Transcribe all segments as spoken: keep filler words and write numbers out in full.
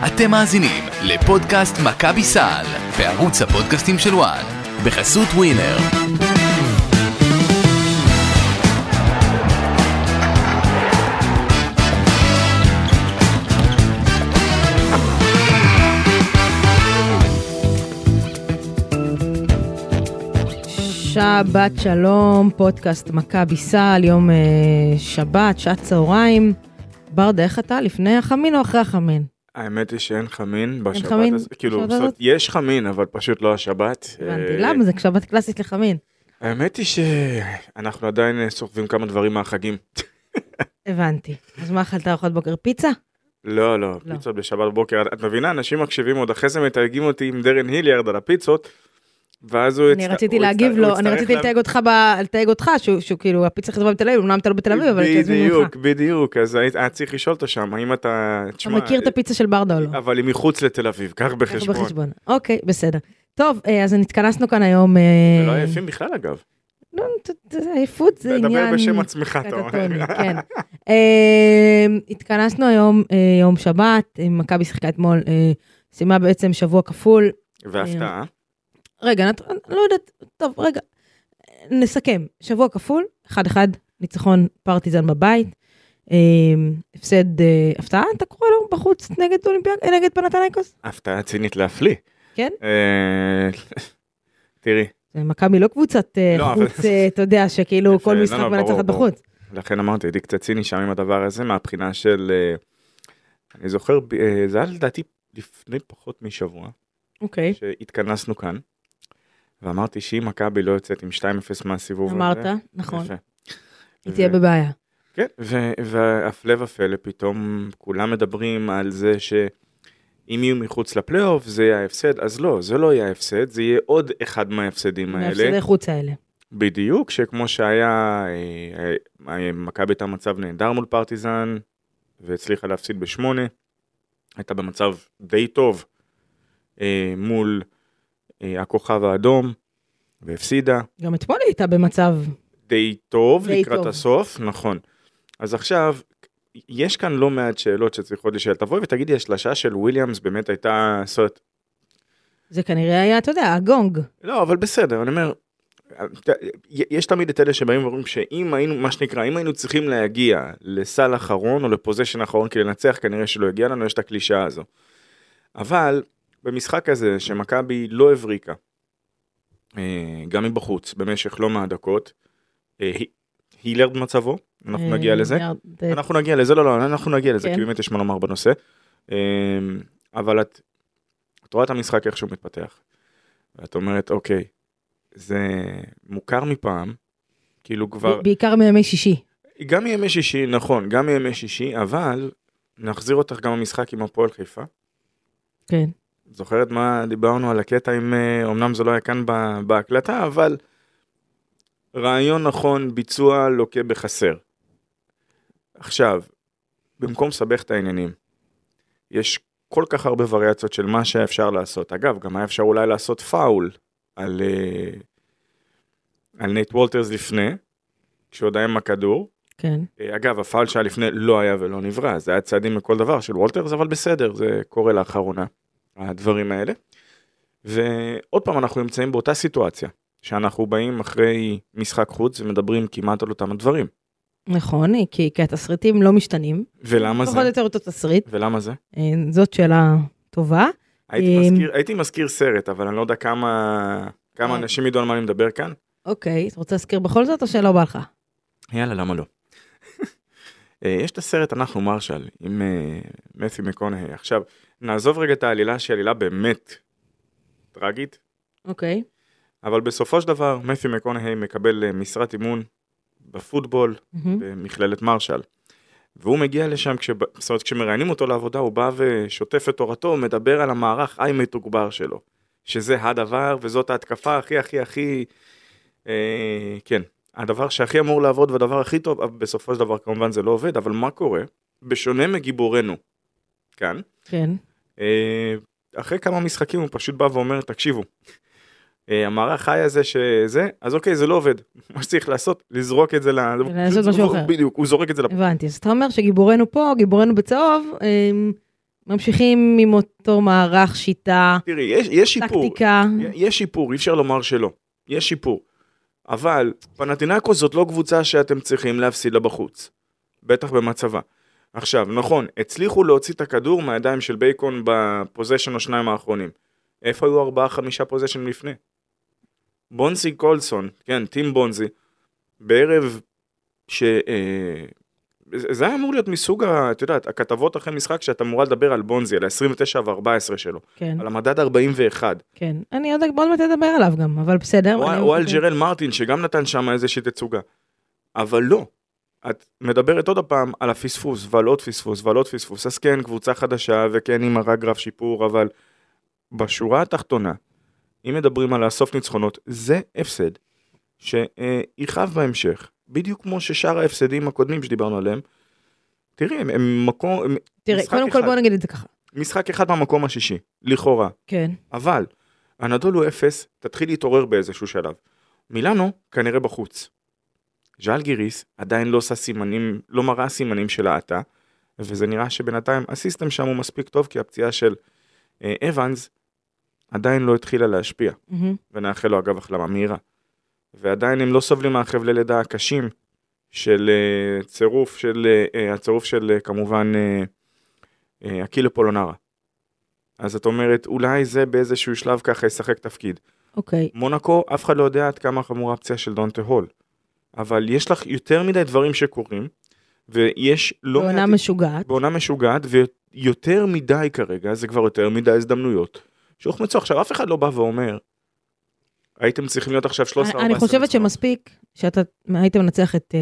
אתם מאזינים לפודקאסט מכבי סל, בערוץ הפודקאסטים של וואן, בחסות ווינר. שבת שלום, פודקאסט מכבי סל, יום אה, שבת, שעת צהריים. ברדה, איך אתה? לפני החמין או אחרי החמין? האמת היא שאין חמין בשבת חמין? הזה, כאילו, זאת, יש חמין, אבל פשוט לא השבת. הבנתי, למה? זה שבת קלאסית לחמין. האמת היא שאנחנו עדיין סוחבים כמה דברים מהחגים. הבנתי. אז מה אכלת ארוחת בוקר? פיצה? לא, לא, פיצות בשבת בבוקר. את מבינה, אנשים מקשיבים עוד אחרי זה מתייגים אותי עם דרן היליארד על הפיצות, ואז הוא אני רציתי להגיב לו, אני רציתי לתייג אותך, לתייג אותך, שהוא כאילו, הפיצה חזרה בתל אביב, אמנם אתה לא בתל אביב, אבל תזמין ממך. בדיוק, בדיוק, אז היה צריך לשאול אותו שם, האם אתה... אתה מכיר את הפיצה של ברדה או לא? אבל היא מחוץ לתל אביב, כך בחשבון. אוקיי, בסדר. טוב, אז התכנסנו כאן היום... ולא עייפים בכלל, אגב. לא, עייפות זה עניין... לדבר בשם עצמך, אתה אומר. כן. התכנסנו היום, יום שבת, מכבי שיחקה אתמול, סיימה בעצם שבוע כפול. והפתעה. רגע, אני לא יודעת, טוב, רגע, נסכם, שבוע כפול, אחד אחד, ניצחון פרטיזן בבית, הפסד, הפתעה, אתה קורא לו בחוץ נגד אולימפיאק, נגד פנתנייקוס? הפתעה צינית להפליא. כן? תראי. מכבי לא קבוצת חוץ, אתה יודע, שכאילו כל משחק מנצחת בחוץ. לכן אמרתי, הייתי קצת ציני שם עם הדבר הזה, מהבחינה של, אני זוכר, זה היה לדעתי לפני פחות משבוע, אוקיי. שהתכנסנו כאן, ואמרתי שאם מכבי לא יוצאת עם שתיים אפס מהסיבוב הזה. אמרת, נכון. היא תהיה בבעיה. כן, והפלא ופלא, פתאום כולם מדברים על זה שאם יהיו מחוץ לפלייאוף, זה יהיה ההפסד, אז לא, זה לא יהיה ההפסד, זה יהיה עוד אחד מההפסדים האלה. מההפסדי חוץ האלה. בדיוק, שכמו שהיה, מכבי הייתה מצב נהדר מול פרטיזן, והצליחה להפסיד בשמונה, הייתה במצב די טוב מול הכוכב האדום, והפסידה. גם אתמול הייתה במצב די טוב, די לקראת טוב. הסוף, נכון. אז עכשיו, יש כאן לא מעט שאלות שצריכות לשאול. תבואי ותגידי, השלשה של וויליאמס באמת הייתה סוט. זה כנראה היה, אתה יודע, הגונג. לא, אבל בסדר, אני אומר, יש תמיד את אלה שבאים ואומרים שאם היינו, מה שנקרא, אם היינו צריכים להגיע לסל אחרון או לפוזיישן אחרון כי לנצח, כנראה שלא הגיע לנו, יש את הקלישה הזו. אבל במשחק הזה שמכבי לא הבריקה, גם מבחוץ, במשך לא מעט דקות, הילרד מצבו, אנחנו נגיע לזה, אנחנו נגיע לזה, לא, לא, אנחנו נגיע לזה, כי באמת יש מה לומר בנושא, אבל את רואה את המשחק איך שהוא מתפתח, ואת אומרת, אוקיי, זה מוכר מפעם, כאילו כבר... בעיקר מימי שישי. גם מימי שישי, נכון, גם מימי שישי, אבל נחזיר אותך גם במשחק עם הפועל חיפה. כן. זוכרת מה דיברנו על הקטע עם, אמנם זה לא היה כאן בהקלטה, אבל רעיון נכון, ביצוע לוקה בחסר. עכשיו, במקום סבך את העניינים, יש כל כך הרבה וריאציות של מה שאפשר לעשות. אגב, גם היה אפשר אולי לעשות פאול על, על נייט וולטרס לפני, כשעוד היה עם הכדור. כן. אגב, הפאול שהיה לפני לא היה ולא נברא, זה היה צעדים מכל דבר של וולטרס, אבל בסדר, זה קורה לאחרונה. הדברים האלה, ועוד פעם אנחנו נמצאים באותה סיטואציה, שאנחנו באים אחרי משחק חוץ ומדברים כמעט על אותם הדברים. נכון, כי, כי התסריטים לא משתנים. ולמה זה? פחות יותר אותו תסריט. ולמה זה? זאת שאלה טובה. הייתי מזכיר, הייתי מזכיר סרט, אבל אני לא יודע כמה, כמה אנשים ידעו על מה אני מדבר כאן. אוקיי, אתה רוצה להזכיר בכל זאת או שלא בא לך? יאללה, למה לא? יש את הסרט אנחנו מרשל, עם מת'יו מקונהי. עכשיו, נעזוב רגע את העלילה שהיא עלילה באמת טרגית. אוקיי. אבל בסופו של דבר, מת'יו מקונהי מקבל משרת אימון בפוטבול, במכללת מרשל. והוא מגיע לשם, זאת אומרת, כשמראיינים אותו לעבודה, הוא בא ושוטף את תורתו, הוא מדבר על המערך אי מתוגבר שלו. שזה הדבר, וזאת ההתקפה הכי, הכי, הכי, אה, כן. הדבר שהכי אמור לעבוד והדבר הכי טוב, אבל בסופו של דבר כמובן זה לא עובד, אבל מה קורה? בשונה מגיבורנו, כאן, כן. אחרי כמה משחקים הוא פשוט בא ואומר, תקשיבו, המערך חי הזה שזה, אז אוקיי, זה לא עובד. מה שצריך לעשות, לזרוק את זה, לעשות משהו אחר. בדיוק, הוא זורק את זה. הבנתי, אז אתה אומר שגיבורנו פה, גיבורנו בצהוב, ממשיכים עם אותו מערך, שיטה, תראי, יש, יש שיפור. טקטיקה. יש שיפור, אי אפשר לומר שלא. יש שיפור. אבל פנתינאיקוס זאת לא קבוצה שאתם צריכים להפסיד לה בחוץ. בטח במצבה. עכשיו, נכון, הצליחו להוציא את הכדור מהידיים של בייקון בפוזיישן או שניים האחרונים. איפה היו ארבעה, חמישה פוזיישן לפני? בונזי קולסון, כן, טים בונזי, בערב ש... אה, זה היה אמור להיות מסוג, את יודעת, הכתבות אחרי משחק שאתה אמורה לדבר על בונזי, על ה-עשרים ותשע ו-ארבע עשרה שלו. כן. על המדד ארבעים ואחת. כן, אני עוד מעט לדבר עליו גם, אבל בסדר. או, או על ג'רל מרטין, שגם נתן שם איזושהי תצוגה. אבל לא. את מדברת עוד הפעם על הפספוס, ועל עוד פספוס, ועל עוד פספוס. אז כן, קבוצה חדשה, וכן עם הרע גרף שיפור, אבל בשורה התחתונה, אם מדברים על הסוף ניצחונות, זה הפסד שיחב בהמשך. בדיוק כמו ששאר ההפסדים הקודמים שדיברנו עליהם, תראי, הם, הם מקום... הם תראי, קודם כל בוא נגיד את זה ככה. משחק אחד במקום השישי, לכאורה. כן. אבל, הנדול הוא אפס, תתחיל להתעורר באיזשהו שלב. מילאנו, כנראה בחוץ. ז'אלגיריס עדיין לא עושה סימנים, לא מראה סימנים של האטה, וזה נראה שבינתיים הסיסטם שם הוא מספיק טוב, כי הפציעה של אה, אבנס עדיין לא התחילה להשפיע. Mm-hmm. ונאחל לו אגב החלמה מהירה. ועדיין הם לא סובלים מהחבלי לידה הקשים של uh, צירוף של, uh, הצירוף של uh, כמובן uh, uh, אקילו פולונרה. אז את אומרת, אולי זה באיזשהו שלב ככה ישחק תפקיד. אוקיי. Okay. מונקו, אף אחד לא יודע עד כמה חמורה הפציעה של דונטה הול. אבל יש לך יותר מדי דברים שקורים, ויש לא... בעונה מעט... משוגעת. בעונה משוגעת, ויותר מדי כרגע, זה כבר יותר מדי הזדמנויות. שהוחמצו עכשיו, אף אחד לא בא ואומר, הייתם צריכים להיות עכשיו שלוש עשרה ארבע עשרה. אני חושבת שמספיק שאתה היית מנצח את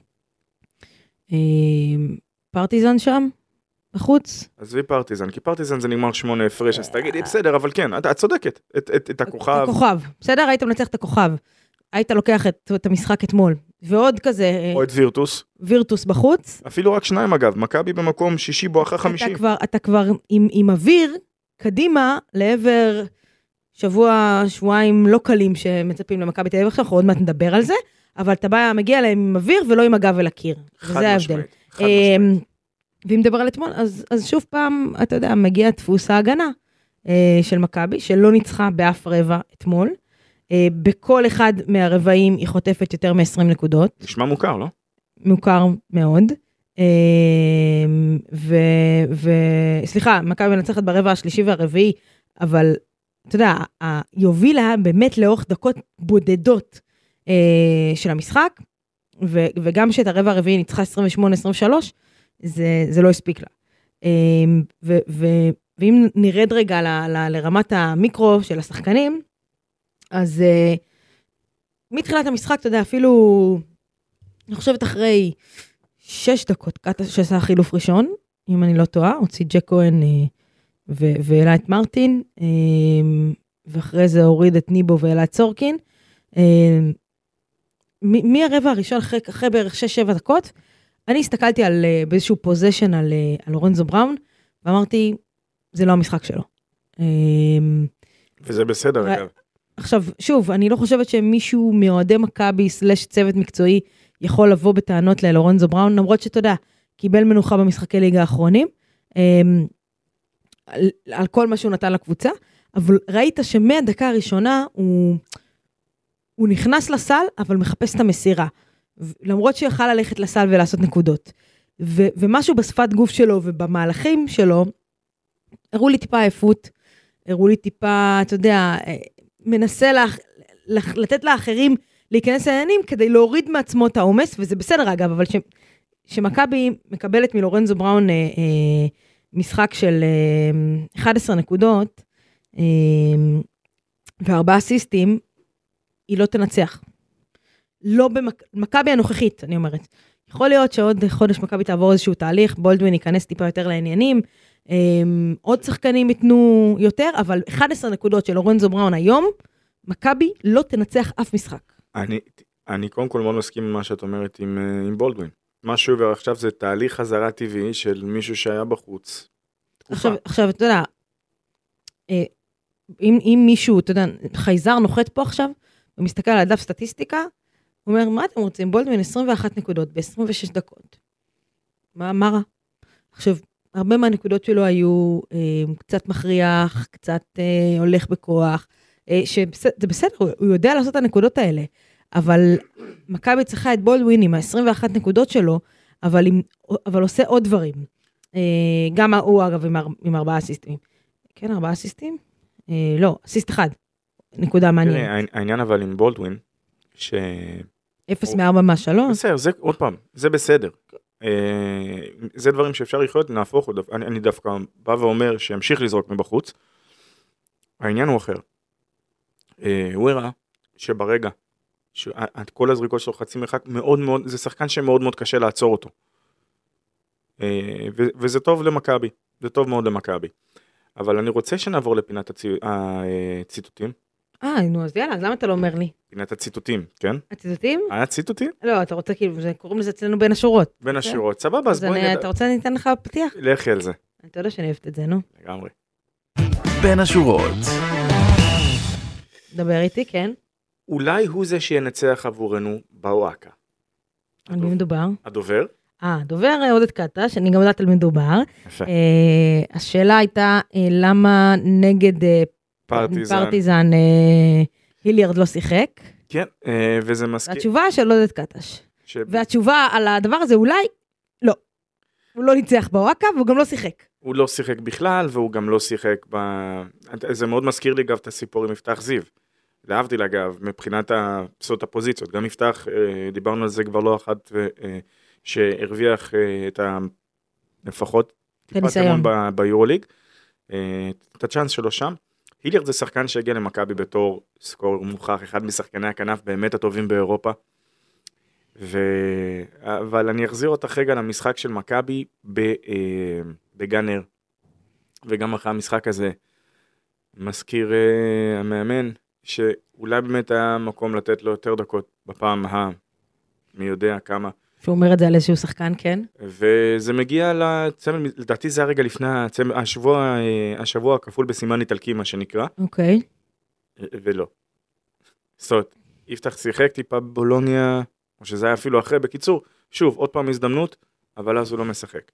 פרטיזן שם, בחוץ. עזבי פרטיזן, כי פרטיזן זה נגמר שמונה הפרש, אז תגידי, בסדר, אבל כן, את צודקת, את הכוכב. את הכוכב, בסדר? היית מנצח את הכוכב. היית לוקח את המשחק אתמול, ועוד כזה... או את וירטוס. וירטוס בחוץ. אפילו רק שניים אגב, מכבי במקום שישי בואכה חמישי. אתה כבר עם אוויר קדימה לעבר... שבוע, שבועיים לא קלים שמצפים למכבי תל אביב, עכשיו אנחנו עוד מעט נדבר על זה, אבל אתה בא, מגיע להם עם אוויר ולא עם הגב אל הקיר. וזה ההבדל. חד משמעית. ואם נדבר על אתמול, אז, אז שוב פעם, אתה יודע, מגיע דפוס ההגנה של מכבי, שלא ניצחה באף רבע אתמול. בכל אחד מהרבעים היא חוטפת יותר מ-עשרים נקודות. נשמע מוכר, לא? מוכר מאוד. ו, ו, סליחה, מכבי מנצחת ברבע השלישי והרביעי, אבל אתה יודע, היא הובילה באמת לאורך דקות בודדות אה, של המשחק, ו, וגם שאת הרבע הרביעי ניצחה עשרים ושמונה עשרים ושלוש, זה, זה לא הספיק לה. אה, ו, ו, ואם נרד רגע ל, ל, לרמת המיקרו של השחקנים, אז אה, מתחילת המשחק, אתה יודע, אפילו, אני חושבת אחרי שש דקות, קאטה שעשה חילוף ראשון, אם אני לא טועה, הוציא ג'ק כהן, אה, והעלה את מרטין, ואחרי זה הוריד את ניבו והעלה את צורקין. מהרבע הראשון, אחרי בערך שש שבע דקות, אני הסתכלתי על, באיזשהו פוזיישן על, על לורנזו בראון, ואמרתי, זה לא המשחק שלו. וזה בסדר, אגב. עכשיו, שוב, אני לא חושבת שמישהו מאוהדי מכבי סלש צוות מקצועי יכול לבוא בטענות ללורנזו בראון, למרות שאתה יודע, קיבל מנוחה במשחקי ליגה האחרונים, על, על כל מה שהוא נתן לקבוצה, אבל ראית שמהדקה הראשונה הוא, הוא נכנס לסל, אבל מחפש את המסירה. למרות שיכל ללכת לסל ולעשות נקודות. ו, ומשהו בשפת גוף שלו ובמהלכים שלו, הראו לי טיפה עייפות, הראו לי טיפה, אתה יודע, מנסה לה, לתת לאחרים להיכנס לעניינים, כדי להוריד מעצמו את העומס, וזה בסדר אגב, אבל ש, שמכבי מקבלת מלורנזו בראון, אה, אה, משחק של אחת עשרה נקודות, וארבעה אסיסטים, היא לא תנצח. לא במכבי הנוכחית, אני אומרת. יכול להיות שעוד חודש מכבי תעבור איזשהו תהליך, בולדווין ייכנס טיפה יותר לעניינים, עוד שחקנים ייתנו יותר, אבל אחת עשרה נקודות של לורנזו בראון היום, מכבי לא תנצח אף משחק. אני, אני קודם כל מאוד מסכים עם מה שאת אומרת עם, עם בולדווין. מה שעובר עכשיו זה תהליך חזרה טבעי של מישהו שהיה בחוץ. עכשיו, עכשיו, אתה יודע, אם, אם מישהו, אתה יודע, חייזר נוחת פה עכשיו, ומסתכל על הדף סטטיסטיקה, הוא אומר, מה אתם רוצים? בולדווין עשרים ואחת נקודות ב-עשרים ושש דקות. מה, מה רע? עכשיו, הרבה מהנקודות שלו היו אה, קצת מכריח, קצת אה, הולך בכוח, אה, שזה בסדר, הוא יודע לעשות את הנקודות האלה, אבל מכבי צריכה את בולדווין עם ה-עשרים ואחת נקודות שלו, אבל, עם, אבל עושה עוד דברים. אה, גם הוא אגב עם, עם ארבעה אסיסטים. כן, ארבעה אסיסטים? אה, לא, אסיסט אחד. נקודה מעניינת. תראה, העניין אבל עם בולדווין, ש... אפס מארבע מהשלוש. בסדר, זה, עוד פעם, זה בסדר. זה דברים שאפשר לחיות, נהפוך, אני, אני דווקא בא ואומר שימשיך לזרוק מבחוץ. העניין הוא אחר. הוא הראה שברגע, שכל הזריקות שלו חצי מרחק, מאוד מאוד, זה שחקן שמאוד מאוד קשה לעצור אותו. ו, וזה טוב למכבי, זה טוב מאוד למכבי. אבל אני רוצה שנעבור לפינת הצי, הציטוטים. אה, נו, אז יאללה, אז למה אתה לא אומר לי? פינת הציטוטים, כן? הציטוטים? היה ציטוטים? לא, אתה רוצה כאילו, קוראים לזה אצלנו בין השורות. בין השורות, סבבה, אז בואי נדע. אתה רוצה אני אתן לך פתיח? לכי על זה. אתה יודע שאני אוהבת את זה, נו. לגמרי. בין השורות. דבר איתי, כן. אולי הוא זה שינצח עבורנו בוואקה. על מי מדובר? הדובר? אה, דובר עודד קטש, אני גם יודעת על מי מדובר. יפה. השאלה הייתה, למה נגד פרטיזן היליארד לא שיחק? כן, וזה מסכים. התשובה של עודד קטש. והתשובה על הדבר הזה אולי, לא. הוא לא ניצח בוואקה והוא גם לא שיחק. הוא לא שיחק בכלל, והוא גם לא שיחק ב... זה מאוד מזכיר לי גם את הסיפור עם יפתח זיו. להבדיל אגב, מבחינת הפסות הפוזיציות. גם יפתח, דיברנו על זה כבר לא אחת, שהרוויח את ה... לפחות טיפת אמון ביורוליג. את הצ'אנס שלו שם. היליארד זה שחקן שהגיע למכבי בתור סקור מוכח, אחד משחקני הכנף באמת הטובים באירופה. ו... אבל אני אחזיר אותך רגע למשחק של מכבי בגנר, וגם אחרי המשחק הזה מזכיר uh, המאמן, שאולי באמת היה מקום לתת לו יותר דקות בפעם המי יודע כמה. שהוא אומר את זה על איזשהו שחקן, כן? וזה מגיע לצמל, לדעתי זה הרגע לפני הצמל, השבוע, השבוע הכפול בסימן איטלקי, מה שנקרא. אוקיי. ולא. זאת אומרת, יפתח שיחק טיפה בבולוניה, או שזה היה אפילו אחרי, בקיצור, שוב, עוד פעם הזדמנות, אבל אז הוא לא משחק.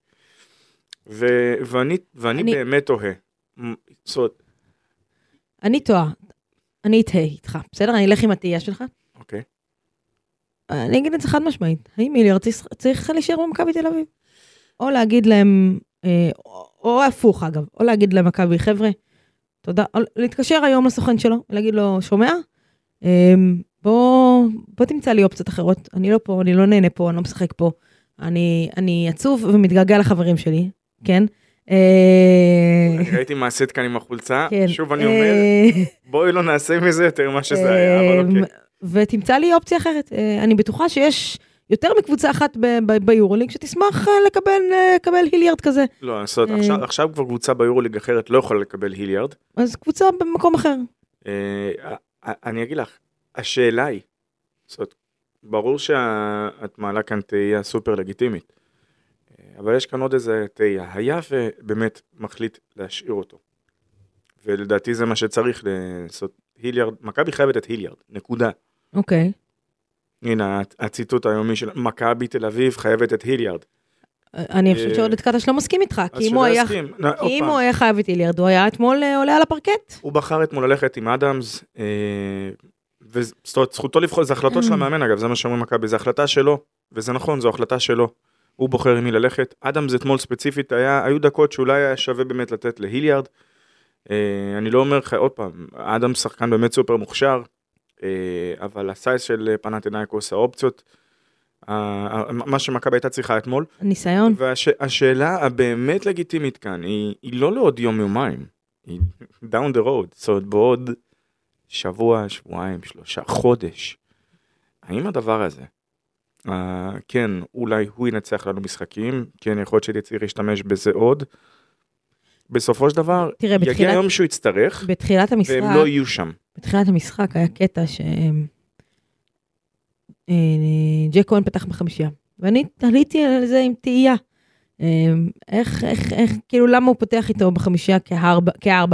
ו- ואני, ואני אני... באמת תוהה. זאת אומרת... אני תוהה. אני אתהה איתך. בסדר? אני אלך עם התהייה שלך. אוקיי. אני אגיד את זה חד משמעית. האם היליארד צריך, צריך להישאר במכבי תל אביב? או להגיד להם, אה, או, או הפוך אגב, או להגיד להם מכבי, חבר'ה, תודה, או להתקשר היום לסוכן שלו, להגיד לו, שומע? אה, בוא, בוא תמצא לי אופציות אחרות. אני לא פה, אני לא נהנה פה, אני לא משחק פה. אני, אני עצוב ומתגעגע לחברים שלי, כן? אני ראיתי מה עשית כאן עם החולצה, שוב אני אומר, בואי לא נעשה מזה יותר מה שזה היה, אבל אוקיי. ותמצא לי אופציה אחרת. אני בטוחה שיש יותר מקבוצה אחת ביורוליג שתשמח לקבל היליארד כזה. לא, עכשיו כבר קבוצה ביורוליג אחרת לא יכולה לקבל היליארד. אז קבוצה במקום אחר. אני אגיד לך, השאלה היא, ברור שאת מעלה כאן תהייה סופר לגיטימית, אבל יש כאן עוד איזה תהייה, היה ובאמת מחליט להשאיר אותו. ולדעתי זה מה שצריך לעשות. היליארד, מכבי חייבת את היליארד, נקודה. אוקיי. הנה, הציטוט היומי של מכבי תל אביב חייבת את היליארד. אני חושבת שעודד קטש לא מסכים איתך, כי אם הוא היה חייב את היליארד, הוא היה אתמול עולה על הפרקט. הוא בחר אתמול ללכת עם אדמס, וזכותו לבחור, זה החלטות של המאמן אגב, זה מה שאומרים מכבי, זה החלטה שלו, וזה נכון, זו החלטה שלו. הוא בוחר עם מי ללכת. אדמס אתמול ספציפית, היו דקות שאולי היה שווה באמת לתת להיליארד. אני לא אומר לך עוד פעם, אדם שחקן באמת סופר מוכשר, אבל הסייז של פנתינייקוס, האופציות, מה שמכבי הייתה צריכה אתמול. ניסיון. והשאלה הבאמת לגיטימית כאן, היא, היא לא לעוד יום יומיים, היא down the road, זאת אומרת בעוד שבוע, שבועיים, שלושה, חודש. האם הדבר הזה, כן, אולי הוא ינצח לנו משחקים, כן, יכול להיות שתצליח להשתמש בזה עוד, בסופו של דבר, תראה, יגיע בתחילת, היום שהוא יצטרך, בתחילת המשחק, והם לא יהיו שם. בתחילת המשחק היה קטע ש... ג'ק כהן פתח בחמישייה, ואני תהליתי על זה עם תהייה. איך, איך, איך, כאילו למה הוא פותח איתו בחמישייה כארבע, כארבע,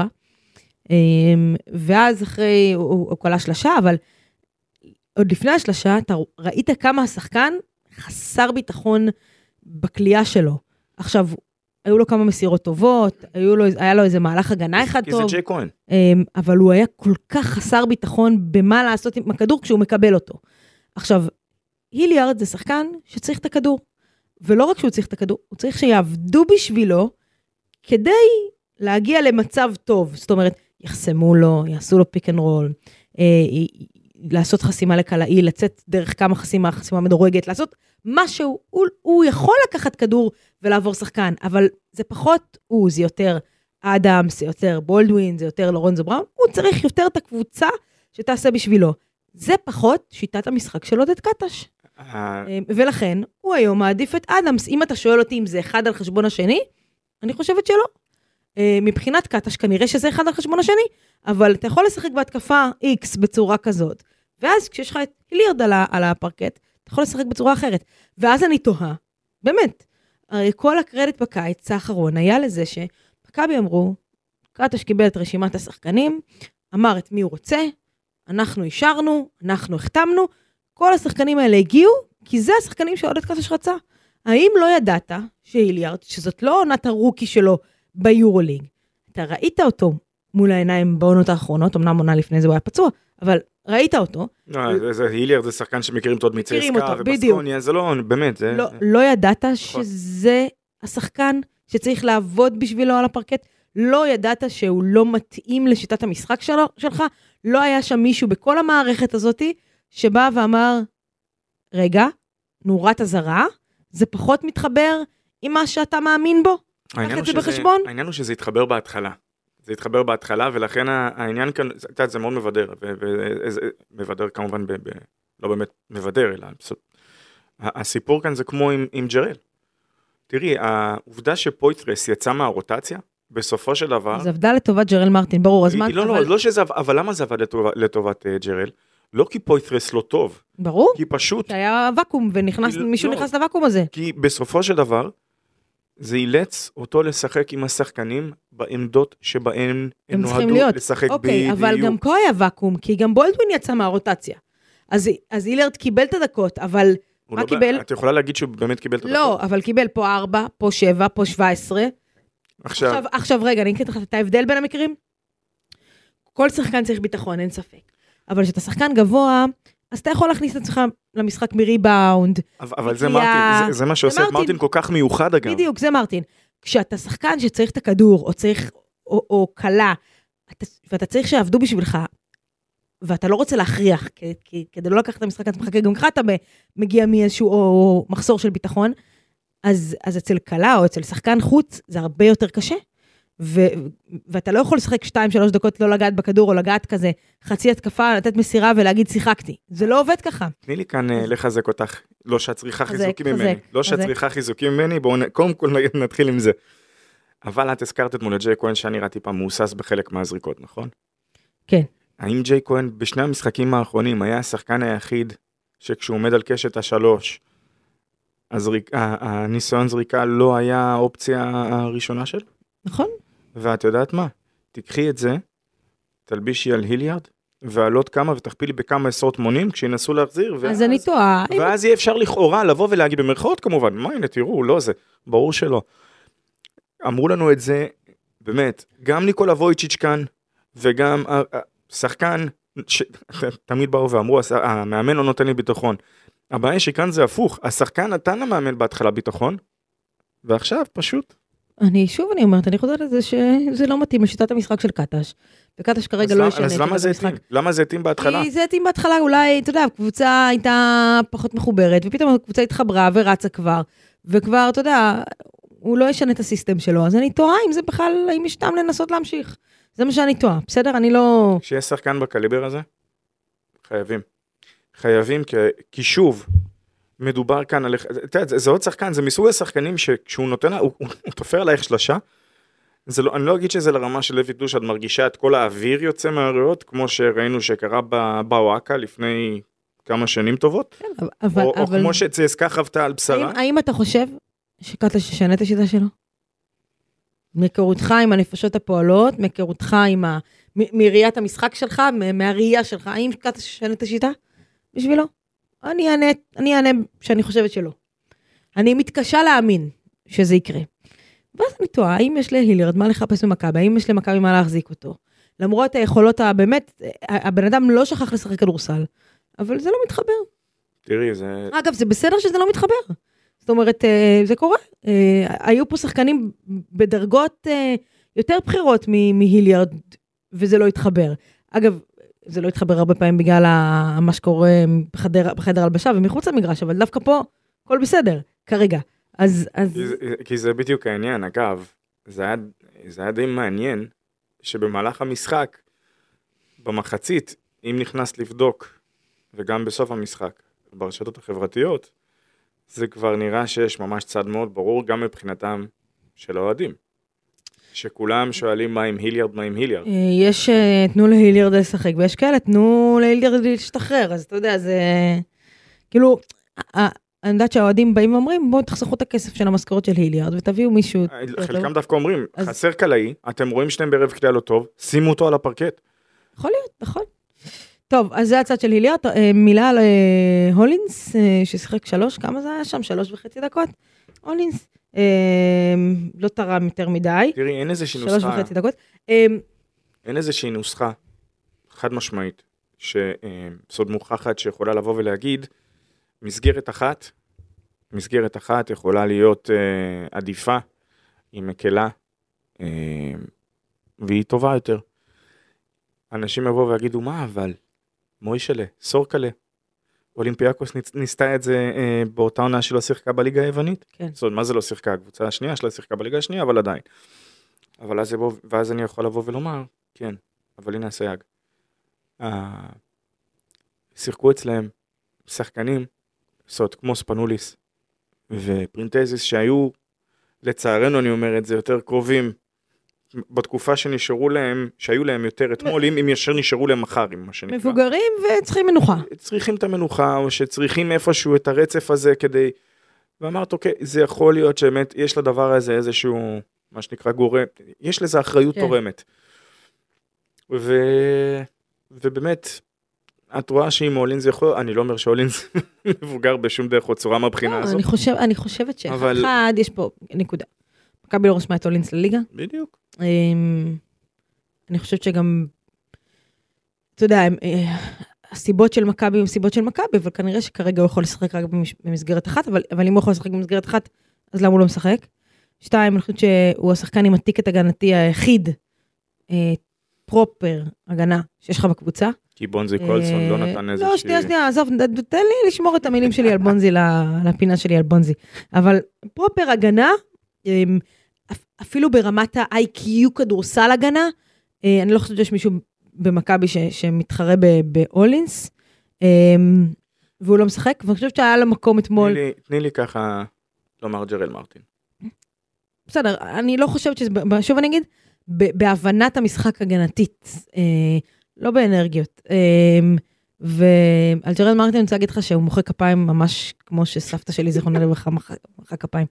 ואז אחרי, הוא, הוא קלה שלשה, אבל עוד לפני השלשה, אתה ראית כמה השחקן חסר ביטחון בקליעה שלו. עכשיו, היו לו כמה מסירות טובות, היו לו, היה לו איזה מהלך הגנה אחד כי טוב. כי זה ג'יי כהן. אבל הוא היה כל כך חסר ביטחון במה לעשות עם הכדור כשהוא מקבל אותו. עכשיו, היליארד זה שחקן שצריך את הכדור. ולא רק שהוא צריך את הכדור, הוא צריך שיעבדו בשבילו, כדי להגיע למצב טוב. זאת אומרת, יחסמו לו, יעשו לו פיק אנד רול, אה, לעשות חסימה לקלעי, לצאת דרך כמה חסימה, חסימה מדורגת, לעשות משהו, הוא, הוא יכול לקחת כדור ולעבור שחקן, אבל זה פחות הוא, זה יותר אדאמס, זה יותר בולדווין, זה יותר לורנזו בראון, הוא צריך יותר את הקבוצה שתעשה בשבילו. זה פחות שיטת המשחק של עודד קטש. ולכן, הוא היום מעדיף את אדאמס. אם אתה שואל אותי אם זה אחד על חשבון השני, אני חושבת שלא. מבחינת קטש, כנראה שזה אחד על חשבון השני, אבל אתה יכול לשחק בהתקפה X בצורה כזאת, ואז כשיש לך את היליארד על הפרקט, אתה יכול לשחק בצורה אחרת. ואז אני תוהה, באמת, הרי כל הקרדיט בקיץ האחרון היה לזה שמכבי אמרו, קטש קיבל את רשימת השחקנים, אמר את מי הוא רוצה, אנחנו אישרנו, אנחנו החתמנו, כל השחקנים האלה הגיעו, כי זה השחקנים שעודד קטש רצה. האם לא ידעת שהיליארד, שזאת לא עונת הרוקי שלו ביורוליג, אתה ראית אותו מול העיניים בעונות האחרונות, אמנם עונה לפני זה הוא היה פצוע, אבל ראית אותו. היליארד זה שחקן שמכירים אותו עוד מצייסקה ובסקוניה, זה לא, באמת. לא ידעת שזה השחקן שצריך לעבוד בשבילו על הפרקט, לא ידעת שהוא לא מתאים לשיטת המשחק שלך, לא היה שם מישהו בכל המערכת הזאת, שבא ואמר, רגע, נורת הזרה, זה פחות מתחבר עם מה שאתה מאמין בו? העניין הוא שזה התחבר בהתחלה. זה התחבר בהתחלה, ולכן העניין כאן, זה מאוד מבדר, מבדר כמובן, לא באמת מבדר, אלא הסיפור כאן זה כמו עם ג'רל. תראי, העובדה שפויטרס יצא מהרוטציה, בסופו של דבר... זה עבדה לטובת ג'רל מרטין, ברור, אז מה... לא, לא, לא שזה, אבל למה זה עבד לטובת ג'רל? לא כי פויטרס לא טוב. ברור. כי פשוט... כי היה ואקום, ומישהו נכנס לוואקום הזה. כי בסופו של דבר, זה אילץ אותו לשחק עם השחקנים בעמדות שבהן הם נועדו לשחק. אוקיי, אבל גם פה היה ואקום, כי גם בולדווין יצא מהרוטציה. אז הילארד קיבל את הדקות, אבל מה קיבל? את יכולה להגיד שהוא באמת קיבל את הדקות? לא, אבל קיבל פה ארבע, פה שבע, פה שבע עשרה. עכשיו, עכשיו רגע, אני אקריא לך את ההבדל בין המקרים. כל שחקן צריך ביטחון, אין ספק. אבל כשאתה שחקן גבוה, אז אתה יכול להכניס את עצמך למשחק מריבאונד. אבל זה מרטין, זה מה שעושה את מרטין כל כך מיוחד אגב. בדיוק, זה מרטין. כשאתה שחקן שצריך את הכדור, או צריך, או קלה, ואתה צריך שיעבדו בשבילך, ואתה לא רוצה להכריח, כדי לא לקחת את המשחק עצמך, כי גם ככה אתה מגיע מאיזשהו מחסור של ביטחון, אז אצל קלה, או אצל שחקן חוץ, זה הרבה יותר קשה. ואתה לא יכול לשחק שתיים, שלוש דקות לא לגעת בכדור, או לגעת כזה, חצי התקפה, לתת מסירה ולהגיד שיחקתי. זה לא עובד ככה. תני לי כאן לחזק אותך, לא שאת צריכה חיזוקים ממני. לא שאת צריכה חיזוקים ממני, בואו קודם כל נתחיל עם זה. אבל את הזכרת את מול ג'יי כהן שאני ראיתי פעם מאוסס בחלק מהזריקות, נכון? כן. האם ג'יי כהן בשני המשחקים האחרונים היה השחקן היחיד שכשהוא עומד על קשת השלוש, הניסיון זריקה לא היה האופציה הראשונה שלו? נכון. ואת יודעת מה? תקחי את זה, תלבישי על היליארד, ועל עוד כמה ותכפילי בכמה עשרות מונים, כשינסו להחזיר. אז אני טועה. ואז יהיה אפשר לכאורה לבוא ולהגיד במרכאות כמובן, מה הנה תראו, לא זה, ברור שלא. אמרו לנו את זה, באמת, גם ניקולה וויצ'יץ' כאן, וגם שחקן, תמיד באו ואמרו, המאמן לא נותן לי ביטחון. הבעיה שכאן זה הפוך, השחקן נתן למאמן בהתחלה ביטחון, ועכשיו פשוט... אני, שוב אני אומרת, אני חוזרת לזה שזה לא מתאים לשיטת המשחק של קטש, וקטש כרגע לא ישנה. אז למה זה התאים? למה זה התאים בהתחלה? כי זה התאים בהתחלה, אולי, אתה יודע, הקבוצה הייתה פחות מחוברת, ופתאום הקבוצה התחברה ורצה כבר, וכבר, אתה יודע, הוא לא ישנה את הסיסטם שלו, אז אני טועה אם זה בכלל, אם יש טעם לנסות להמשיך. זה מה שאני טועה, בסדר? אני לא... שיש שחקן בקליבר הזה? חייבים. חייבים, כי שוב... מדובר כאן על... זה, זה עוד שחקן, זה מסוג השחקנים שכשהוא נותן, הוא, הוא, הוא תופר עלייך שלושה, זה לא, אני לא אגיד שזה לרמה של לוי דוש, את מרגישה את כל האוויר יוצא מהריאות, כמו שראינו שקרה בוואקה לפני כמה שנים טובות, כן, אבל, או, אבל... או כמו שצייסקה חוותה על בשרה. האם, האם אתה חושב שקטש ישנה את השיטה שלו? מכירותך עם הנפשות הפועלות, מכירותך עם ה... מ- מראיית המשחק שלך, מהראייה שלך, האם קטש ישנה את השיטה בשבילו? אני אענה, אני אענה שאני חושבת שלא. אני מתקשה להאמין שזה יקרה. ואז אני טועה, האם יש להיליארד מה לחפש במכבי, האם יש למכבי מה להחזיק אותו. למרות היכולות הבאמת, הבן אדם לא שכח לשחק כדורסל, אבל זה לא מתחבר. תראי, זה... אגב, זה בסדר שזה לא מתחבר. זאת אומרת, זה קורה. היו פה שחקנים בדרגות יותר בחירות מהיליארד, וזה לא התחבר. אגב, זה לא התחבר הרבה פעמים בגלל מה שקורה בחדר, בחדר הלבשה ומחוץ למגרש, אבל דווקא פה, הכל בסדר, כרגע. אז, אז... כי, זה, כי זה בדיוק העניין, אגב, זה היה, זה היה די מעניין, שבמהלך המשחק, במחצית, אם נכנס לבדוק, וגם בסוף המשחק, ברשתות החברתיות, זה כבר נראה שיש ממש צד מאוד ברור, גם מבחינתם של האוהדים. שכולם שואלים מה עם היליארד, מה עם היליארד. יש, תנו להיליארד לשחק, ויש כאלה, תנו להיליארד להשתחרר, אז אתה יודע, זה... כאילו, אני יודעת שהאוהדים באים ואומרים, בואו תחסכו את הכסף של המשכורת של היליארד, ותביאו מישהו... חלקם דווקא אומרים, חסר קלעי, אתם רואים שאתם בערב כליאה לא טוב, שימו אותו על הפרקט. יכול להיות, נכון. טוב, אז זה הצד של היליארד, מילה על הולינס, ששיחק שלוש, כמה זה היה שם? שלוש וחצי דקות? הולינס, לא תרם יותר מדי. תראי, אין איזושהי נוסחה. שלוש וחצי דקות. אין איזושהי נוסחה חד משמעית, שסוד מוכחת שיכולה לבוא ולהגיד, מסגרת אחת, מסגרת אחת יכולה להיות עדיפה, היא מקלה, והיא טובה יותר. אנשים יבואו ויגידו, מה אבל? מוישלה, סורקלה. אולימפיאקוס ניסתה את זה אה, באותה עונה שלא שיחקה בליגה היוונית. כן. זאת אומרת, מה זה לא שיחקה? הקבוצה השנייה שלא שיחקה בליגה השנייה, אבל עדיין. אבל אז, יבוא, ואז אני יכול לבוא ולומר, כן, אבל הנה הסייג. אה, שיחקו אצלהם שחקנים, זאת כמו ספנוליס ופרינטזיס, שהיו, לצערנו אני אומר את זה, יותר קרובים, בתקופה שנשארו להם, שהיו להם יותר אתמול, אם, אם ישר נשארו להם מחר, מה שנקרא. מבוגרים וצריכים מנוחה. צריכים את המנוחה, או שצריכים איפשהו את הרצף הזה כדי, ואמרת, אוקיי, זה יכול להיות שבאמת יש לדבר הזה איזשהו, מה שנקרא גורם, יש לזה אחריות כן. תורמת. ו... ובאמת, את רואה שאם אולינס יכול, אני לא אומר שאולינס מבוגר בשום דרך או צורה מהבחינה הזאת. אני, חושב, אני חושבת שאחד, אבל... יש פה נקודה. מכבי לא רשמה את אולינס לליגה. בדיוק. אני חושבת שגם, אתה יודע, הסיבות של מכבי הם סיבות של מכבי, אבל כנראה שכרגע הוא יכול לשחק רק במסגרת אחת, אבל, אבל אם הוא יכול לשחק במסגרת אחת, אז למה הוא לא משחק? שתיים, אני חושבת שהוא השחקן עם הטיקט הגנתי היחיד, פרופר הגנה שיש לך בקבוצה. כי בונזי קולסון לא נתן איזה... לא, שנייה, שנייה, עזוב, תן לי לשמור את המילים שלי על בונזי, לפינה שלי על בונזי. אבל פרופר הגנה, אפילו ברמת ה-איי קיו כדורסל הגנה, אני לא חושבת שיש מישהו במכבי שמתחרה באולינס, והוא לא משחק, ואני חושבת שהיה לו מקום אתמול... תני לי ככה לומר ג'רל מרטין. בסדר, אני לא חושבת שזה... שוב אני אגיד, בהבנת המשחק הגנתית, לא באנרגיות. ועל ג'רל מרטין אני רוצה להגיד לך שהוא מוחא כפיים ממש כמו שסבתא שלי זיכרונה לברכה מוחא כפיים.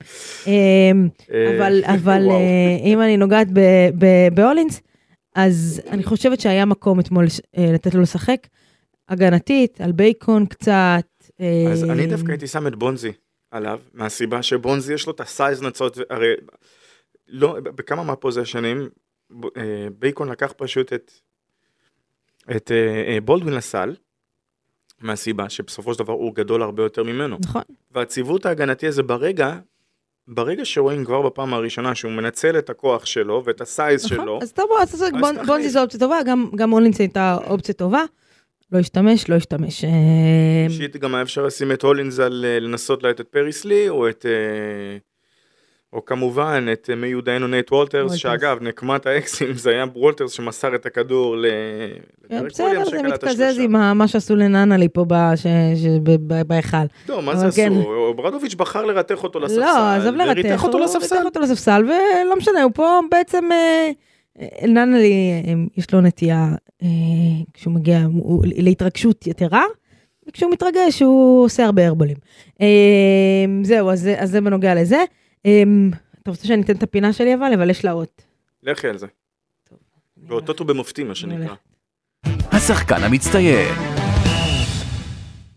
אבל אם אני נוגעת באולינס, אז אני חושבת שהיה מקום אתמול לתת לו לשחק, הגנתית, על בייקון קצת. אז אני דווקא הייתי שם את בונזי עליו, מהסיבה שבונזי יש לו את הסייז נצות, הרי בכמה מהפוזישנים, בייקון לקח פשוט את את בולדווין לסל, מהסיבה שבסופו של דבר הוא גדול הרבה יותר ממנו. נכון. והציוות ההגנתי הזה ברגע, ברגע שרואים כבר בפעם הראשונה שהוא מנצל את הכוח שלו ואת הסייז נכון. שלו. אז טוב, אז בונזי זו אופציה טובה, גם, גם הולינס הייתה אופציה טובה, לא השתמש, לא השתמש. אישית גם היה אפשר לשים את הולינס על לנסות לה את פריס לי, או את... או כמובן את מיודענו נייט וולטרס, שאגב, נקמת האקסים, זה היה וולטרס שמסר את הכדור ל... בסדר, זה מתקזז עם מה שעשו לננלי פה בהיכל. לא, מה זה עשו? ברדוביץ' בחר לרתך אותו לספסל. לא, עזוב לרתך, הוא ריתך אותו לספסל, ולא משנה, הוא פה בעצם, ננלי, יש לו נטייה, כשהוא מגיע להתרגשות יתרה, וכשהוא מתרגש, הוא עושה הרבה הרבולים. זהו, אז זה בנוגע לזה. אתה רוצה שאני אתן את הפינה שלי אבל, אבל יש לה אות. לכי על זה. באותות ובמופתים, מה שנקרא. השחקן המצטיין.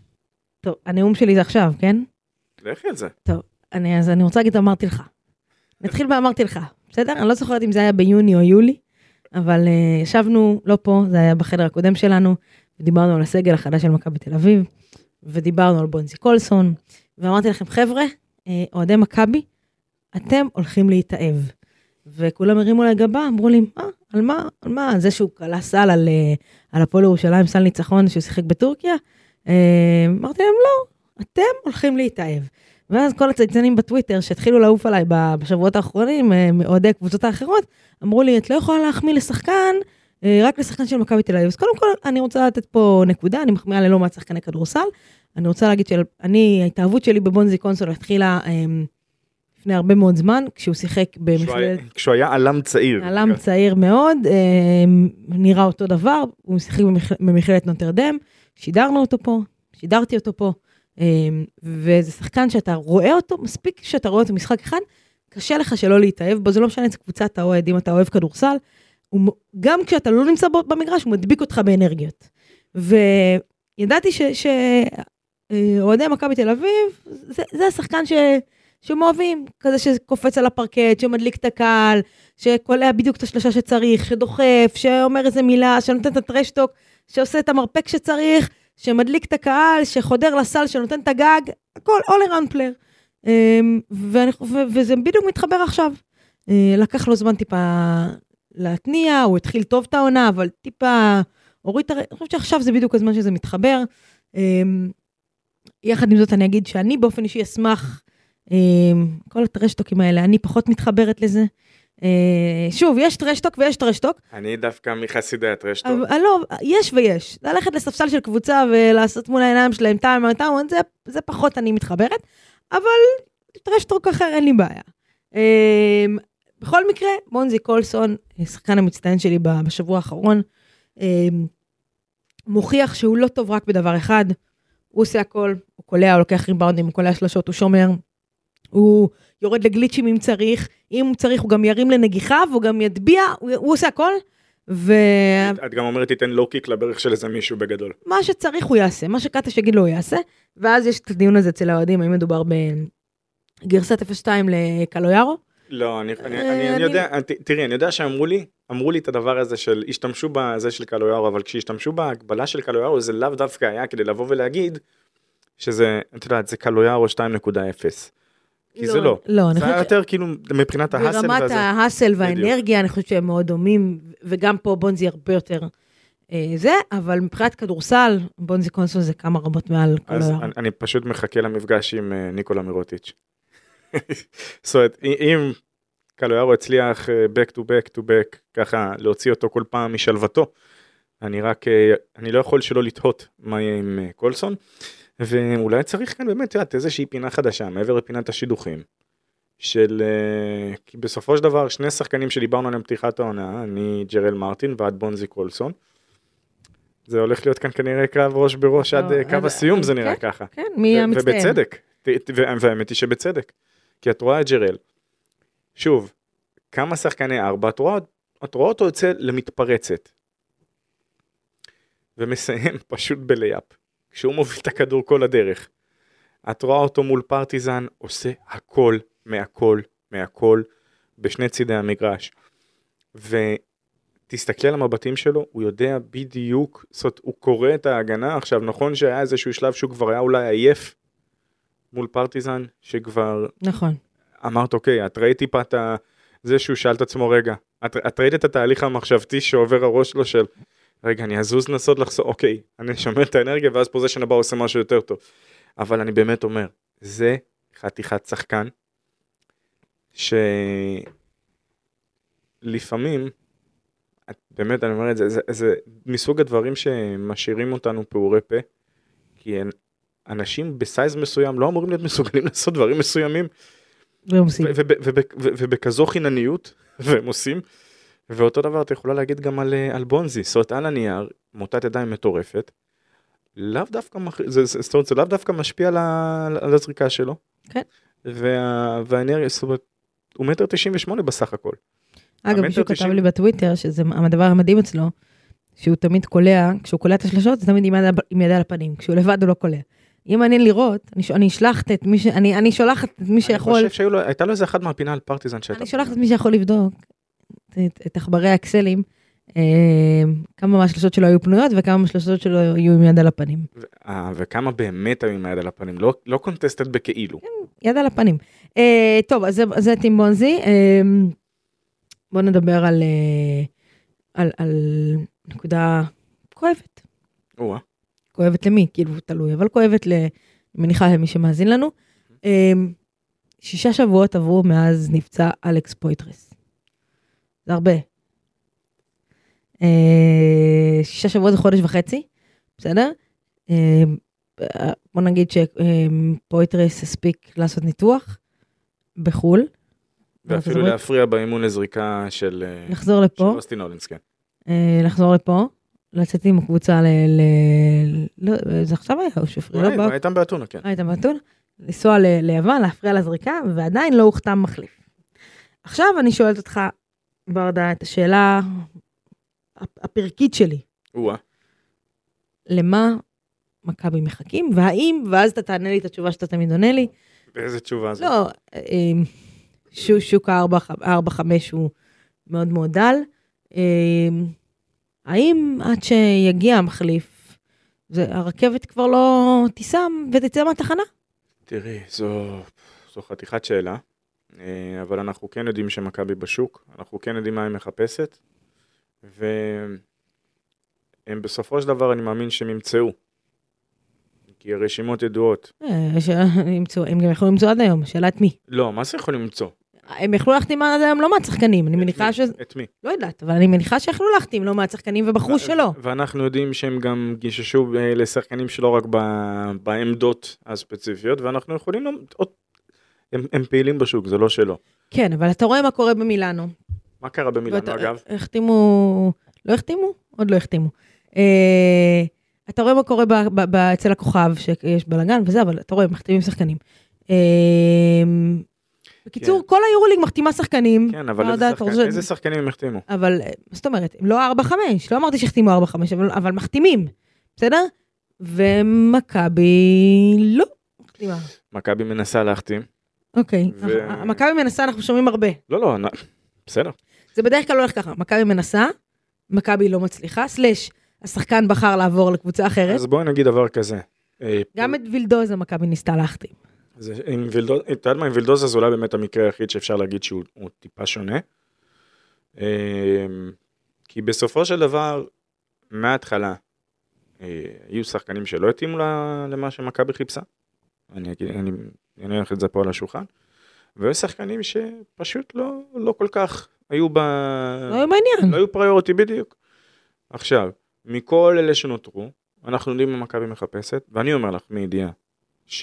טוב, הנאום שלי זה עכשיו, כן? לכי על זה. טוב, אני, אז אני רוצה להגיד, אמרתי לך. נתחיל ואמרתי לך, בסדר? אני לא זוכרת אם זה היה ביוני או יולי, אבל uh, ישבנו, לא פה, זה היה בחדר הקודם שלנו, ודיברנו על הסגל החדש של מכבי תל אביב, ודיברנו על בונזי קולסון, ואמרתי לכם, חבר'ה, אוהדי מכבי, אתם הולכים להתאהב. וכולם הרימו לי גבה, אמרו לי, מה? על מה? על מה? על זה שהוא קלה סל על, על הפועל ירושלים, סל ניצחון שהוא שיחק בטורקיה? אמרתי להם, לא, אתם הולכים להתאהב. ואז כל הצייצנים בטוויטר שהתחילו לעוף עליי בשבועות האחרונים, מאוהדי קבוצות האחרות, אמרו לי, את לא יכולה להחמיא לשחקן, רק לשחקן של מכבי תל אביב. אז קודם כל, אני רוצה לתת פה נקודה, אני מחמיאה ללא מעט שחקני כדורסל. אני רוצה להגיד שאני, ההתאהבות שלי בבונזי קולסון התחילה לפני הרבה מאוד זמן, כשהוא שיחק במכללת... כשהוא היה עלם צעיר. עלם צעיר מאוד, נראה אותו דבר, הוא שיחק במכללת נוטרדם, שידרנו אותו פה, שידרתי אותו פה, וזה שחקן שאתה רואה אותו, מספיק שאתה רואה אותו משחק אחד, קשה לך שלא להתאהב בו, זה לא משנה את קבוצת אתה אוהד, אם אתה אוהב כדורסל, גם כשאתה לא נמצא במגרש, הוא מדביק אותך באנרגיות. וידעתי שאוהדי מכבי תל אביב, זה, זה השחקן ש, שמאוהבים, כזה שקופץ על הפרקט, שמדליק את הקהל, שקולע בדיוק את השלושה שצריך, שדוחף, שאומר איזה מילה, שנותן את הטרשטוק, שעושה את המרפק שצריך, שמדליק את הקהל, שחודר לסל, שנותן את הגג, הכל, all around player. ואני, ו, וזה בדיוק מתחבר עכשיו. לקח לו זמן טיפה להתניע, הוא התחיל טוב את העונה, אבל טיפה הוריד את הר... אני חושבת שעכשיו זה בדיוק הזמן שזה מתחבר. יחד עם זאת אני אגיד שאני באופן אישי אשמח, כל הטרשטוקים האלה, אני פחות מתחברת לזה. שוב, יש טרשטוק ויש טרשטוק. אני דווקא מחסידי הטרשטוק. לא, יש ויש. ללכת לספסל של קבוצה ולעשות מול העיניים שלהם טעם, טעם, זה, זה פחות אני מתחברת, אבל טרשטוק אחר אין לי בעיה. בכל מקרה, בונזי קולסון, שחקן המצטיין שלי בשבוע האחרון, מוכיח שהוא לא טוב רק בדבר אחד, הוא עושה הכל, הוא קולע, הוא לוקח ריבאונדים, הוא קולע שלושות, הוא שומר, הוא יורד לגליצ'ים אם צריך, אם הוא צריך הוא גם ירים לנגיחה, והוא גם ידביע, הוא, הוא עושה הכל, ו... את גם אומרת, תיתן לואו קיק לברך של איזה מישהו בגדול. מה שצריך הוא יעשה, מה שקטש יגיד לו הוא יעשה, ואז יש את הדיון הזה אצל האוהדים, האם מדובר בגרסת אפס שתיים לקלויארו, לא, אני, אני, אני, אני יודע, תראי, אני יודע שאמרו לי, אמרו לי את הדבר הזה של, השתמשו בזה של קלויארו, אבל כשהשתמשו בהגבלה של קלויארו, זה לאו דווקא היה כדי לבוא ולהגיד, שזה, אתה יודע, זה קלויארו שתיים נקודה אפס. כי זה לא. לא, זה היה יותר כאילו, מבחינת ההסל. ברמת ההסל והאנרגיה, אני חושבת שהם מאוד דומים, וגם פה בונזי הרבה יותר זה, אבל מבחינת כדורסל, בונזי קולסון זה כמה רבות מעל קלויארו. אז אני פשוט מחכה למפגש עם ניקולה מירוטיץ'. זאת אומרת, אם קלויארו הצליח back to back to back, ככה להוציא אותו כל פעם משלוותו, אני רק, אני לא יכול שלא לתהות מה יהיה עם קולסון, ואולי צריך כאן באמת, תראה, איזושהי פינה חדשה, מעבר לפינת השידוכים, של, כי בסופו של דבר, שני שחקנים שדיברנו עליהם פתיחת העונה, אני ג'רל מרטין ועד בונזי קולסון, זה הולך להיות כאן כנראה קרב ראש בראש עד קו הסיום, זה נראה ככה. כן, מי המצטיין? ובצדק, והאמת היא שבצדק. כי את רואה את ג'רל, שוב, כמה שחקני ארבע, את רואה, את רואה אותו יוצא למתפרצת, ומסיים פשוט בלייפ, כשהוא מוביל את הכדור כל הדרך, את רואה אותו מול פרטיזן, עושה הכל, מהכל, מהכל, בשני צידי המגרש, ותסתכלי על המבטים שלו, הוא יודע בדיוק, זאת אומרת, הוא קורא את ההגנה, עכשיו נכון שהיה איזשהו שלב שהוא כבר היה אולי עייף, מול פרטיזן, שכבר... נכון. אמרת, אוקיי, את ראית טיפה את זה שהוא שאל את עצמו, רגע, את, את ראית את התהליך המחשבתי שעובר הראש לו של, רגע, אני אזוז לנסות לחסור, אוקיי, אני שומר את האנרגיה, ואז פוזיישן הבא עושה משהו יותר טוב. אבל אני באמת אומר, זה חתיכת שחקן, שלפעמים, באמת אני אומר את זה, זה, זה מסוג הדברים שמשאירים אותנו פעורי פה, כי אין, אנשים בסייז מסוים לא אמורים להיות מסוגלים לעשות דברים מסוימים, והם עושים. ובכזו חינניות, והם עושים, ואותו דבר אתה יכולה להגיד גם על, על בונזי, זאת אומרת, על הנייר, מוטת ידיים מטורפת, לאו דווקא, זה, זאת אומרת, זה לאו דווקא משפיע על, על הזריקה שלו, כן. וה, והאנרגיה, זאת אומרת, הוא מטר תשעים ושמונה בסך הכל. אגב, מישהו כתב לי בטוויטר, שזה הדבר המדהים אצלו, שהוא תמיד קולע, כשהוא קולע את השלשות, זה תמיד עם יד על הפנים, כשהוא לבד הוא לא קולע. יהיה מעניין לראות, אני, אני אשלחת את מי ש... אני, אני שולחת את מי שיכול... אני חושב שהייתה לו, לו איזה אחד מהפינה על פרטיזן שהייתה. אני שולחת את מי שיכול לבדוק את, את עכברי האקסלים, אה, כמה מהשלושות שלו היו פנויות, וכמה מהשלושות שלו היו עם יד על הפנים. ו, אה, וכמה באמת היו עם יד על הפנים, לא, לא קונטסטת בכאילו. יד על הפנים. אה, טוב, אז זה, זה טים בונזי. אה, בואו נדבר על, אה, על, על נקודה כואבת. או-אה. כואבת למי? כאילו תלוי, אבל כואבת ל... מניחה למי שמאזין לנו. שישה שבועות עברו מאז נפצע אלכס פויטרס. זה הרבה. שישה שבועות זה חודש וחצי, בסדר? בוא נגיד שפויטרס הספיק לעשות ניתוח בחול. ואפילו להפריע באימון לזריקה של... לחזור לפה. של אוסטין הולינס, כן. לחזור לפה. לצאת עם הקבוצה ל... לא, זה עכשיו היה, הוא שופרי לא בא. הייתם באתונה, כן. הייתם באתונה. לנסוע ליוון, להפריע לזריקה, ועדיין לא הוחתם מחליף. עכשיו אני שואלת אותך, ברדה, את השאלה הפרקית שלי. וואה. למה מכבי מחכים, והאם, ואז אתה תענה לי את התשובה שאתה תמיד עונה לי. באיזה תשובה זו? לא, שוק ה-ארבע חמש הוא מאוד מאוד דל. האם עד שיגיע המחליף, הרכבת כבר לא תיסם ותצא מהתחנה? תראי, זו, זו חתיכת שאלה, אבל אנחנו כן יודעים שמכבי בשוק, אנחנו כן יודעים מה היא מחפשת, והם בסופו של דבר אני מאמין שהם ימצאו, כי הרשימות ידועות. הם גם יכולים למצוא עד היום, שאלה את מי? לא, מה זה יכולים למצוא? הם יכלו להחתים עד היום לא מהצחקנים, אני מניחה ש... את מי? לא יודעת, אבל אני מניחה שיכלו להחתים לא מהצחקנים ובחרו שלא. ואנחנו יודעים שהם גם גיששו לשחקנים שלא רק בעמדות הספציפיות, ואנחנו יכולים... הם פעילים בשוק, זה לא שלא. כן, אבל אתה רואה מה קורה במילאנו. מה קרה במילאנו, אגב? החתימו... לא החתימו? עוד לא החתימו. אתה רואה מה קורה אצל הכוכב, שיש בלגן וזה, אבל אתה רואה, מחתימים שחקנים. בקיצור, כל היורוליג מחתימה שחקנים. כן, אבל איזה שחקנים הם מחתימו? אבל, זאת אומרת, הם לא ארבע חמש, לא אמרתי שהחתימו ארבע חמש, אבל מחתימים, בסדר? ומכבי לא מחתימה. מכבי מנסה להחתים. אוקיי, מכבי מנסה, אנחנו שומעים הרבה. לא, לא, בסדר. זה בדרך כלל הולך ככה, מכבי מנסה, מכבי לא מצליחה, סלש, השחקן בחר לעבור לקבוצה אחרת. אז בואי נגיד דבר כזה. גם את וילדוזה מכבי ניסתה להחתים. עם וילדוזה, אתה יודע מה, עם וילדוזה זה אולי באמת המקרה היחיד שאפשר להגיד שהוא טיפה שונה. כי בסופו של דבר, מההתחלה, היו שחקנים שלא התאימו למה שמכבי חיפשה. אני אניח את זה פה על השולחן. והיו שחקנים שפשוט לא, לא כל כך היו ב... לא היו בעניין. לא היו פריוריטי בדיוק. עכשיו, מכל אלה שנותרו, אנחנו יודעים מה מכבי מחפשת, ואני אומר לך מידיעה, ש...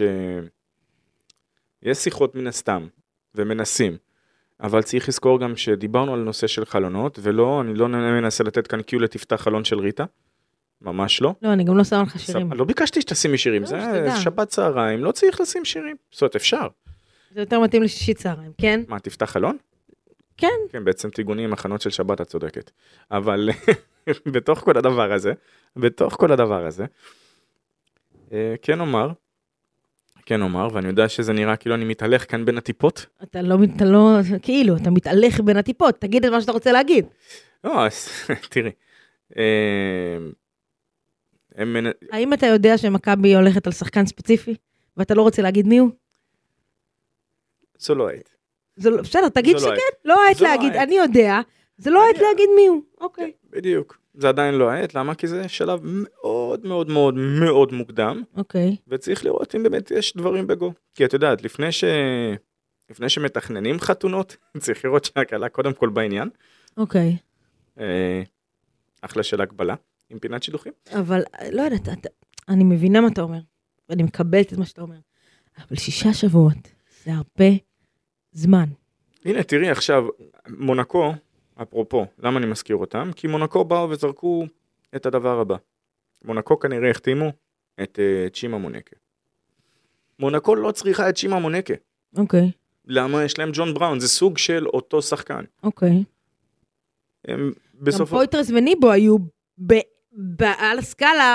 יש שיחות מן הסתם, ומנסים, אבל צריך לזכור גם שדיברנו על נושא של חלונות, ולא, אני לא מנסה לתת כאן קיו לתפתח חלון של ריטה, ממש לא. לא, אני גם לא שם לך שירים. לא ביקשתי שתשימי שירים, לא, זה שתדע. שבת צהריים, לא צריך לשים שירים, זאת אומרת, אפשר. זה יותר מתאים לשישי צהריים, כן? מה, תפתח חלון? כן. כן, בעצם תיגוני עם הכנות של שבת, את צודקת. אבל בתוך כל הדבר הזה, בתוך כל הדבר הזה, כן אומר, כן אומר, ואני יודע שזה נראה כאילו אני מתהלך כאן בין הטיפות. אתה לא, אתה לא, כאילו, אתה מתהלך בין הטיפות, תגיד את מה שאתה רוצה להגיד. לא, אז תראי. האם אתה יודע שמכבי הולכת על שחקן ספציפי, ואתה לא רוצה להגיד מי הוא? זו לא עת. בסדר, תגיד שכן, לא עת להגיד, אני יודע, זה לא עת להגיד מי הוא. אוקיי. בדיוק. זה עדיין לא העת, למה? כי זה שלב מאוד מאוד מאוד מאוד מוקדם. אוקיי. וצריך לראות אם באמת יש דברים בגו. כי את יודעת, לפני ש... לפני שמתכננים חתונות, צריך לראות שהקהלה קודם כל בעניין. אוקיי. אחלה של הגבלה, עם פינת שידוכים. אבל, לא יודעת, אני מבינה מה אתה אומר, ואני מקבלת את מה שאתה אומר. אבל שישה שבועות, זה הרבה זמן. הנה, תראי עכשיו, מונקו, אפרופו, למה אני מזכיר אותם? כי מונקו באו וזרקו את הדבר הבא. מונקו כנראה החתימו את uh, צ'ימה מונקה. מונקו לא צריכה את צ'ימה מונקה. אוקיי. למה? יש להם ג'ון בראון, זה סוג של אותו שחקן. אוקיי. הם בסופו... גם פויטרס וניבו היו ב... על הסקאלה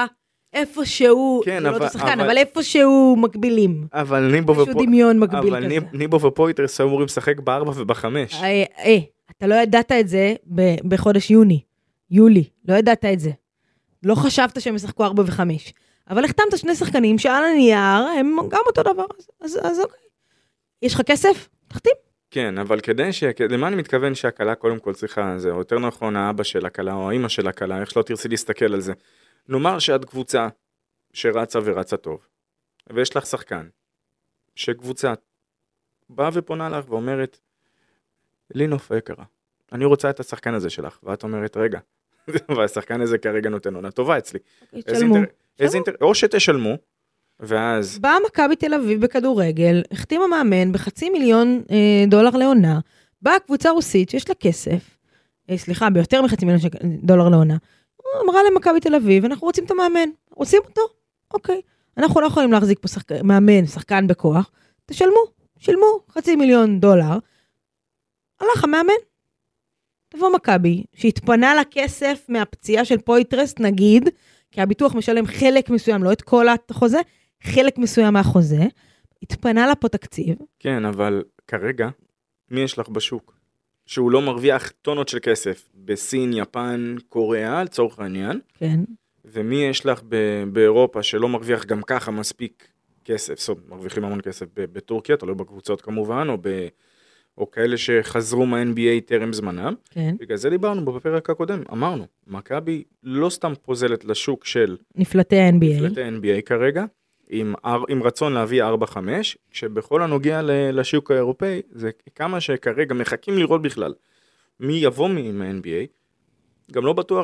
איפשהו, כן, זה לא אבל- אותו שחקן, אבל- אבל איפשהו מקבילים. אבל ניבו איזשהו ופו- דמיון מקביל אבל כזה. ניב- ניבו ופויטרס היו אמורים לשחק בארבע ובחמש. אה, אה, אתה לא ידעת את זה ב- בחודש יוני, יולי, לא ידעת את זה. לא חשבת שהם ישחקו ארבע וחמש. אבל החתמת שני שחקנים שעל הנייר הם גם אותו דבר, אז, אז, אז אוקיי. יש לך כסף? תחתים. כן, אבל כדי ש... למה אני מתכוון שהקלה קודם כל צריכה, זה או יותר נכון האבא של הקלה או האמא של הקלה, איך שלא תרצי להסתכל על זה. נאמר שאת קבוצה שרצה ורצה טוב, ויש לך שחקן, שקבוצה באה ופונה לך ואומרת, לינוף יקרה, אני רוצה את השחקן הזה שלך, ואת אומרת, רגע, והשחקן הזה כרגע נותן עונה טובה אצלי. איזה תשלמו. אינטר- איזה אינטר- או שתשלמו, ואז... באה מכבי תל אביב בכדורגל, החתימה מאמן בחצי מיליון אה, דולר לעונה, באה קבוצה רוסית שיש לה כסף, אה, סליחה, ביותר מחצי מיליון שק... דולר לעונה, אמרה למכבי תל אביב, אנחנו רוצים את המאמן, רוצים אותו? אוקיי. אנחנו לא יכולים להחזיק פה שחק... מאמן, שחקן בכוח, תשלמו, שילמו חצי מיליון דולר, הלך המאמן. תבוא מכבי, שהתפנה לה כסף מהפציעה של פויטרס, נגיד, כי הביטוח משלם חלק מסוים, לא את כל החוזה, חלק מסוים מהחוזה, התפנה לה פה תקציב. כן, אבל כרגע, מי יש לך בשוק? שהוא לא מרוויח טונות של כסף בסין, יפן, קוריאה, לצורך העניין, כן. ומי יש לך ב- באירופה שלא מרוויח גם ככה מספיק כסף, זאת אומרת, מרוויחים המון כסף ב- בטורקיה, תלוי בקבוצות כמובן, או, ב- או כאלה שחזרו מה-אן בי איי טרם זמנם. כן. בגלל זה דיברנו בפרק הקודם, אמרנו, מכבי לא סתם פוזלת לשוק של נפלטי ה-אן בי איי. נפלטי ה-אן בי איי כרגע, עם, עם רצון להביא ארבע חמש, כשבכל הנוגע ל- לשוק האירופאי, זה כמה שכרגע מחכים לראות בכלל מי יבוא מה-אן בי איי, גם לא בטוח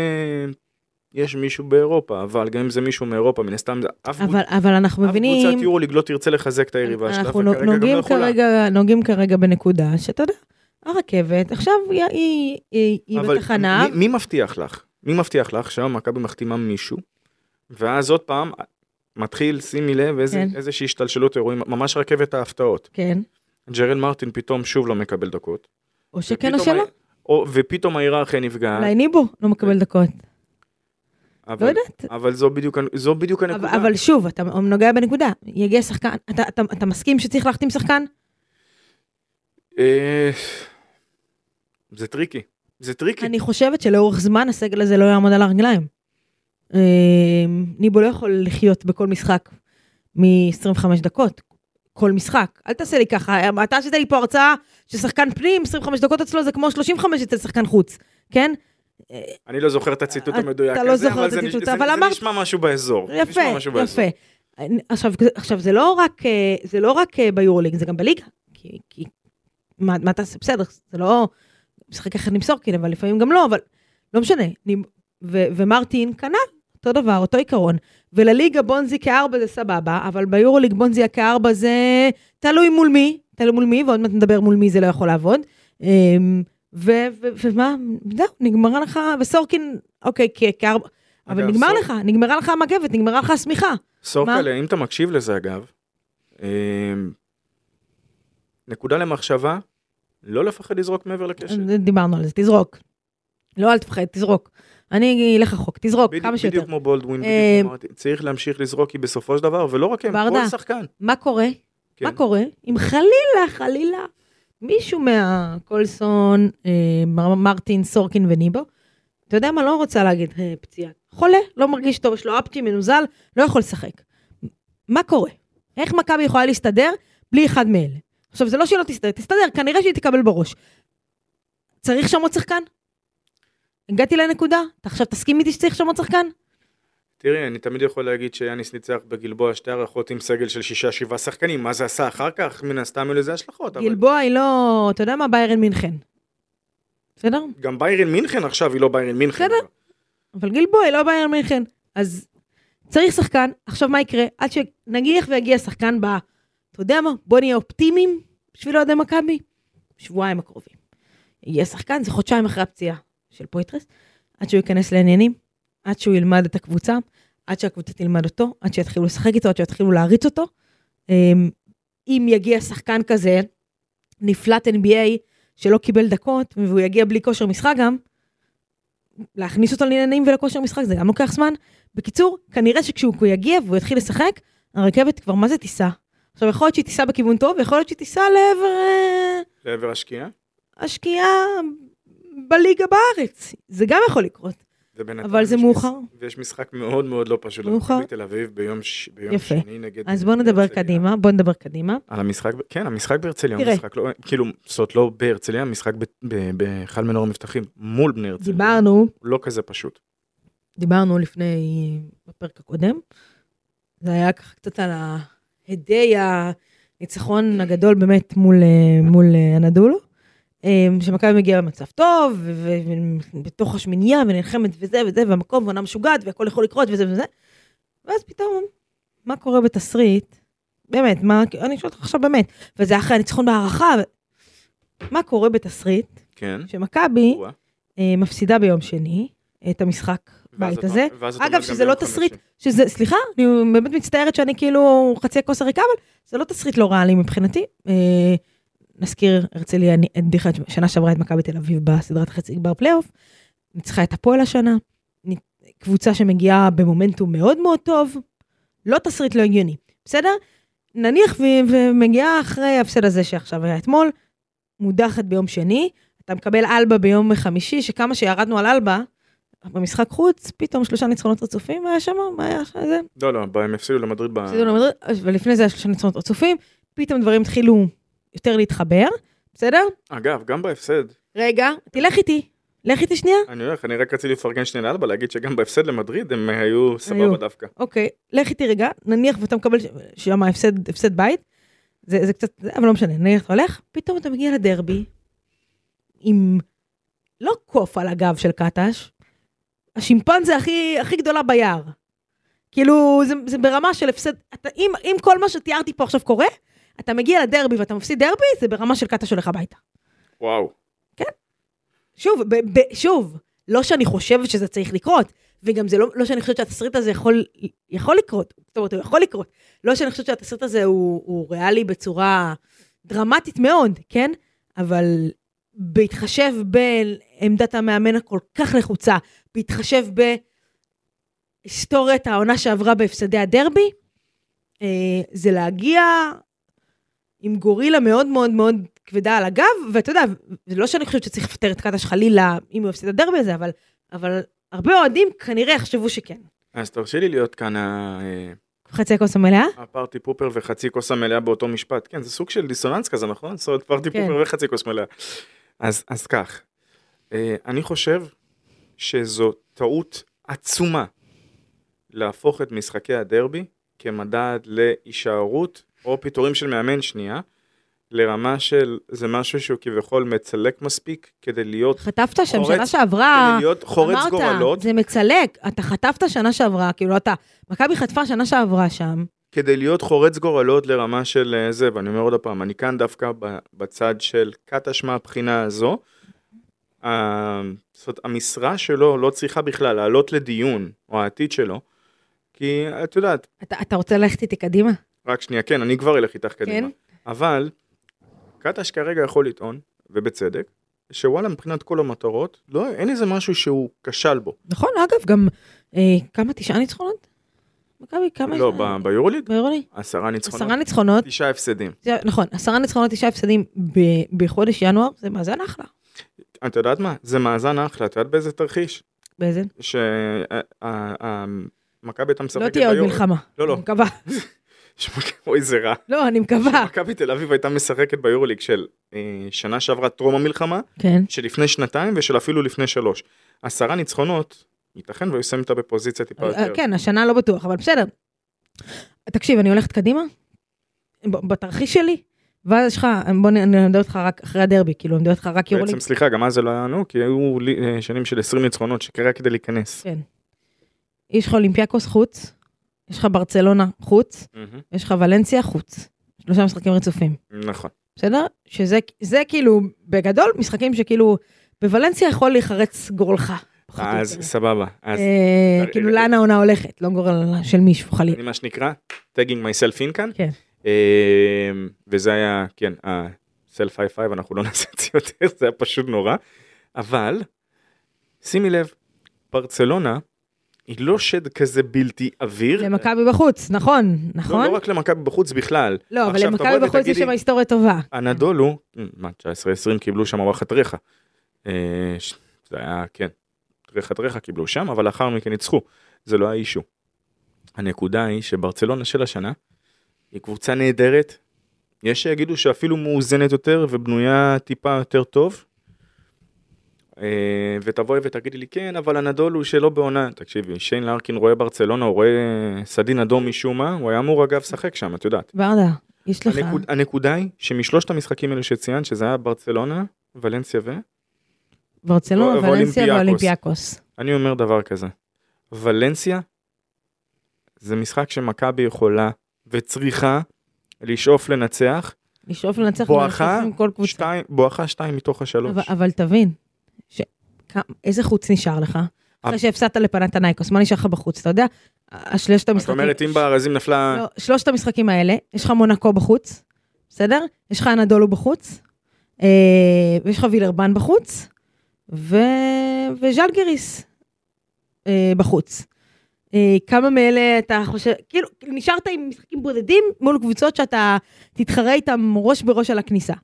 שיש מישהו באירופה, אבל גם אם זה מישהו מאירופה, מן הסתם זה אף, אבל, אבל אנחנו אף מבינים, קבוצת יורוליג לא תרצה לחזק את היריבה שלה, אנחנו וכרגע גם נוגעים לא יכולה. כרגע, נוגעים כרגע בנקודה, שאתה יודע, הרכבת, עכשיו היא, היא, היא, היא אבל בתחנה, מי, מי מבטיח לך? מי מבטיח לך שהיום מכבי מחתימה מישהו, ואז עוד פעם, מתחיל, שימי לב, איזה, כן. איזושהי השתלשלות אירועים, ממש רכבת ההפתעות. כן, ג'רל מרטין פתאום שוב לא מקבל דקות. או שכן או ופתאום שלא, ה- או, ופתאום ההיררכיה נפגעה. אולי ניבו לא מקבל דקות, אבל, לא יודעת. אבל זו בדיוק, זו בדיוק אבל, הנקודה. אבל שוב, אתה נוגע בנקודה, יגיע שחקן, אתה, אתה, אתה מסכים שצריך להחתים שחקן? אה, זה טריקי. זה טריקי. אני חושבת שלאורך זמן הסגל הזה לא יעמוד על הרגליים. אה, ניבו לא יכול לחיות בכל משחק מ-עשרים וחמש דקות. כל משחק. אל תעשה לי ככה. אתה עשית לי פה הרצאה ששחקן פנים, עשרים וחמש דקות אצלו, זה כמו שלושים וחמש אצל שחקן חוץ. כן? אני לא זוכר את הציטוט אתה המדויק לא הזה, זוכר אבל את זה הציטוט, נש- זה- אבל זה אמרת- נשמע משהו באזור. יפה, נשמע משהו באזור. יפה. עכשיו, עכשיו, זה לא רק, אה, זה לא רק אה, ביורוליג, זה גם בליגה. כי, כי, מה, מה תעשה? בסדר, זה לא, משחק אחד עם סורקין, אבל לפעמים גם לא, אבל לא משנה. אני, ו, ומרטין כנ"ל, אותו דבר, אותו עיקרון. ולליגה בונזי כארבע זה סבבה, אבל ביורוליג בונזי כארבע זה תלוי מול מי, תלוי מול מי, ועוד מעט נדבר מול מי זה לא יכול לעבוד. אמ, ו, ו, ומה, זהו, נגמרה לך, וסורקין, אוקיי, כ- כארבע, אבל אגב, נגמר סור- לך, נגמרה לך המגבת, נגמרה לך השמיכה. סורקלה, אם אתה מקשיב לזה אגב, אה, נקודה למחשבה, לא לפחד לזרוק מעבר לקשר. דיברנו על זה, תזרוק. לא, אל תפחד, תזרוק. אני אלך רחוק, תזרוק, בדיוק- כמה שיותר. בדיוק כמו בולדווין, אה, בדיוק אמרתי, צריך להמשיך לזרוק, כי בסופו של דבר, ולא רק הם, ברדה. כל שחקן. מה קורה? כן. מה קורה? אם חלילה, חלילה, מישהו מהקולסון, אה, מר- מרטין, סורקין וניבו, אתה יודע מה, לא רוצה להגיד אה, פציעה. חולה, לא מרגיש טוב, יש לו אפצ'י, מנוזל, לא יכול לשחק. מה קורה? איך מכבי יכולה להסתדר בלי אחד מאלה? עכשיו, זה לא שהיא לא תסתדר, תסתדר, כנראה שהיא תקבל בראש. צריך שם עוד שחקן? הגעתי לנקודה? אתה עכשיו תסכים איתי שצריך שם עוד שחקן? תראי, אני תמיד יכול להגיד שיאניס ניצח בגלבוע שתי הערכות עם סגל של שישה, שבעה שחקנים, מה זה עשה אחר כך? מן הסתם היו לזה השלכות, אבל גלבוע היא לא, אתה יודע מה, ביירן מינכן. בסדר? גם ביירן מינכן עכשיו היא לא ביירן מינכן. בסדר. אבל גלבוע היא לא ביירן מינכן. אז צריך שחקן, עכשיו מה יקרה? עד שנגיח ויגיע שחקן ב... אתה יודע מה? בוא נהיה אופטימיים בשביל אוהדי מכבי. שבועיים הקרובים. יהיה שחקן, זה חודשיים אחרי הפציעה של פויטרס, עד שהוא ייכנס לעניינים, עד שהוא ילמד את הקבוצה, עד שהקבוצה תלמד אותו, עד שיתחילו לשחק איתו, עד שיתחילו להריץ אותו. אם יגיע שחקן כזה, נפלט אן בי איי, שלא קיבל דקות, והוא יגיע בלי כושר משחק גם, להכניס אותו לעניינים ולכושר משחק, זה גם לוקח זמן. בקיצור, כנראה שכשהוא יגיע והוא יתחיל לשחק, הרכבת כבר מה זה טיסה? עכשיו, יכול להיות שהיא טיסה בכיוון טוב, ויכול להיות שהיא טיסה לעבר... לעבר השקיעה? השקיעה בליגה בארץ. זה גם יכול לקרות. אבל זה מאוחר. ויש משחק מאוד מאוד לא פשוט. מאוחר. בתל אביב ביום שני נגד... אז בוא נדבר קדימה, בוא נדבר קדימה. על המשחק, כן, המשחק בהרצליה, המשחק לא, כאילו, זאת לא בהרצליה, המשחק בחל מנור המבטחים, מול בני הרצליה. דיברנו. לא כזה פשוט. דיברנו לפני, בפרק הקודם. זה היה ככה קצת על ההדי הניצחון הגדול באמת מול, מול הנדולו. שמכבי מגיעה במצב טוב, ובתוך השמיניה, ונלחמת וזה וזה, והמקום ועונה משוגעת, והכל יכול לקרות וזה וזה. ואז פתאום, מה קורה בתסריט? באמת, מה, אני שואלת לך עכשיו באמת, וזה אחרי הניצחון בהערכה, מה קורה בתסריט? כן. שמכבי מפסידה ביום שני, את המשחק בית הזה. אגב, שזה לא תסריט, שזה, סליחה, אני באמת מצטערת שאני כאילו חצי הכוס הריקה, אבל זה לא תסריט לא ריאלי מבחינתי. נזכיר, הרצליה הדיחה שנה שעברה את מכבי תל אביב בסדרת החצי גמר פלייאוף, ניצחה את הפועל השנה, קבוצה שמגיעה במומנטום מאוד מאוד טוב, לא תסריט לא הגיוני, בסדר? נניח ומגיעה אחרי ההפסד הזה שעכשיו היה אתמול, מודחת ביום שני, אתה מקבל אלבה ביום חמישי, שכמה שירדנו על אלבה, במשחק חוץ, פתאום שלושה ניצחונות רצופים, היה שם, מה היה שם? לא, לא, הם הפסידו למדריד. הפסידו למדריד, ולפני זה היה שלושה ניצחונות רצופים, פתאום דברים התחילו יותר להתחבר, בסדר? אגב, גם בהפסד. רגע, תלך איתי, לך איתי שנייה. אני הולך, אני רק רציתי לפרגן שנייה לאלבה, להגיד שגם בהפסד למדריד הם היו סבבה דווקא. אוקיי, לך איתי רגע, נניח ואתה מקבל שם הפסד, הפסד בית, זה, זה קצת, אבל לא משנה, נניח אתה הולך, פתאום אתה מגיע לדרבי, עם לא קוף על הגב של קטש, השימפנזה הכי, הכי גדולה ביער. כאילו, זה, זה ברמה של הפסד, אתה, אם, אם כל מה שתיארתי פה עכשיו קורה, אתה מגיע לדרבי ואתה מפסיד דרבי, זה ברמה של קטש הולך הביתה. וואו. כן. שוב, ב, ב, שוב, לא שאני חושבת שזה צריך לקרות, וגם זה לא, לא שאני חושבת שהתסריט הזה יכול, יכול לקרות, זאת אומרת, הוא יכול לקרות. לא שאני חושבת שהתסריט הזה הוא, הוא ריאלי בצורה דרמטית מאוד, כן? אבל בהתחשב בעמדת המאמן הכל כך לחוצה, בהתחשב בהיסטוריית העונה שעברה בהפסדי הדרבי, זה להגיע עם גורילה מאוד מאוד מאוד כבדה על הגב, ואתה יודע, זה לא שאני חושבת שצריך לפטר את קטש חלילה, אם הוא הפסיד הדרבי הזה, אבל, אבל הרבה אוהדים כנראה יחשבו שכן. אז תרשי לי להיות כאן חצי הכוס המלאה? הפארטי פופר וחצי כוס המלאה באותו משפט. כן, זה סוג של דיסוננס כזה, נכון? זאת אומרת, פארטי כן. פופר וחצי כוס מלאה. אז, אז כך, אני חושב שזו טעות עצומה להפוך את משחקי הדרבי כמדד להישארות או פיתורים של מאמן שנייה, לרמה של, זה משהו שהוא כביכול מצלק מספיק, כדי להיות חטפת שם שנה שעברה, כדי להיות חורץ אמרת, גורלות. זה מצלק, אתה חטפת שנה שעברה, כאילו אתה, מכבי חטפה שנה שעברה שם. כדי להיות חורץ גורלות לרמה של זה, ואני אומר עוד הפעם, אני כאן דווקא בצד של קטש מהבחינה הזו, זאת אומרת, המשרה שלו לא צריכה בכלל לעלות לדיון, או העתיד שלו, כי את יודעת. אתה, אתה רוצה ללכת איתי קדימה? רק שנייה, כן, אני כבר אלך איתך קדימה. כן? אבל קטש כרגע יכול לטעון, ובצדק, שוואלה מבחינת כל המטרות, לא, אין איזה משהו שהוא כשל בו. נכון, אגב, גם אה, כמה תשעה ניצחונות? מכבי, כמה? לא, ב- ביורוליג? ביורוליג? עשרה ניצחונות. עשרה ניצחונות. תשעה הפסדים. זה, נכון, עשרה ניצחונות, תשעה הפסדים ב- בחודש ינואר, זה מאזן אחלה. את יודעת מה? זה מאזן אחלה, את יודעת באיזה תרחיש? באיזה? שמכבי הייתה משחקת לא תהיה עוד מלחמה. לא, לא. אני מקווה. אוי, זה רע. לא, אני מקווה. מכבי תל אביב הייתה משחקת ביורוליג של שנה שעברה טרום המלחמה, כן. שלפני שנתיים ושל אפילו לפני שלוש. עשרה ניצחונות, ייתכן והוא יסיים אותה בפוזיציה טיפה יותר. כן, השנה לא בטוח, אבל בסדר. תקשיב, אני הולכת קדימה, בתרחיש שלי, ואז יש לך, בוא נדבר אותך רק אחרי הדרבי, כאילו, נדבר אותך רק יורוליג. בעצם, סליחה, גם אז זה לא היה לנו, כי היו שנים של עשרים ניצחונות, שקרה כדי להיכנס. כן. יש לך אולימפיאקוס חוץ, יש לך ברצלונה חוץ, יש לך ולנסיה חוץ. שלושה משחקים רצופים. נכון. בסדר? שזה זה כאילו, בגדול, משחקים שכאילו, בוולנסיה יכול להיחרץ גורלך. אז סבבה. כאילו, לאן העונה הולכת, לא גורל של מישהו, חלילה. אני מה שנקרא, tagging myself in כאן. כן. וזה היה, כן, ה-self high five, אנחנו לא נעשה את זה יותר, זה היה פשוט נורא. אבל, שימי לב, ברצלונה, היא לא שד כזה בלתי אוויר. למכבי בחוץ, נכון, נכון? לא, לא רק למכבי בחוץ בכלל. לא, אבל למכבי בחוץ יש שם היסטוריה טובה. הנדולו, מה, תשע עשרה עשרים קיבלו שם וואחת רחה. זה היה, כן, רחת רחה קיבלו שם, אבל לאחר מכן ניצחו. זה לא האישו. הנקודה היא שברצלונה של השנה, היא קבוצה נהדרת, יש שיגידו שאפילו מאוזנת יותר, ובנויה טיפה יותר טוב, ותבואי ותגידי לי, כן, אבל הנדול הוא שלא בעונה, תקשיבי, שיין לארקין רואה ברצלונה, הוא רואה סדין אדום משום מה, הוא היה אמור אגב שחק שם, את יודעת. ברדה, יש לך. הנקוד, הנקודה היא, שמשלושת המשחקים האלה שציינת, שזה היה ברצלונה, ולנסיה ו... ברצלונה, ולנסיה ואולימפיאקוס. אני אומר דבר כזה, ולנסיה, זה משחק שמכבי יכולה וצריכה לשאוף לנצח, לשאוף לנצח בואכה שתיים, בואכה שתיים מתוך השלוש. אבל, אבל תבין, ש... איזה חוץ נשאר לך? אחרי שהפסדת לפנת הנייקוס, מה נשאר לך בחוץ? אתה יודע, השלושת המשחקים... את אומרת, אם בארזים נפלה... לא, שלושת המשחקים האלה, יש לך מונקו בחוץ, בסדר? יש לך אנדולו בחוץ, אה, ויש לך וילרבן בחוץ, ו... וז'לגיריס אה, בחוץ. כמה מאלה אתה חושב, כאילו, נשארת עם משחקים בודדים מול קבוצות שאתה תתחרה איתם ראש בראש על הכניסה.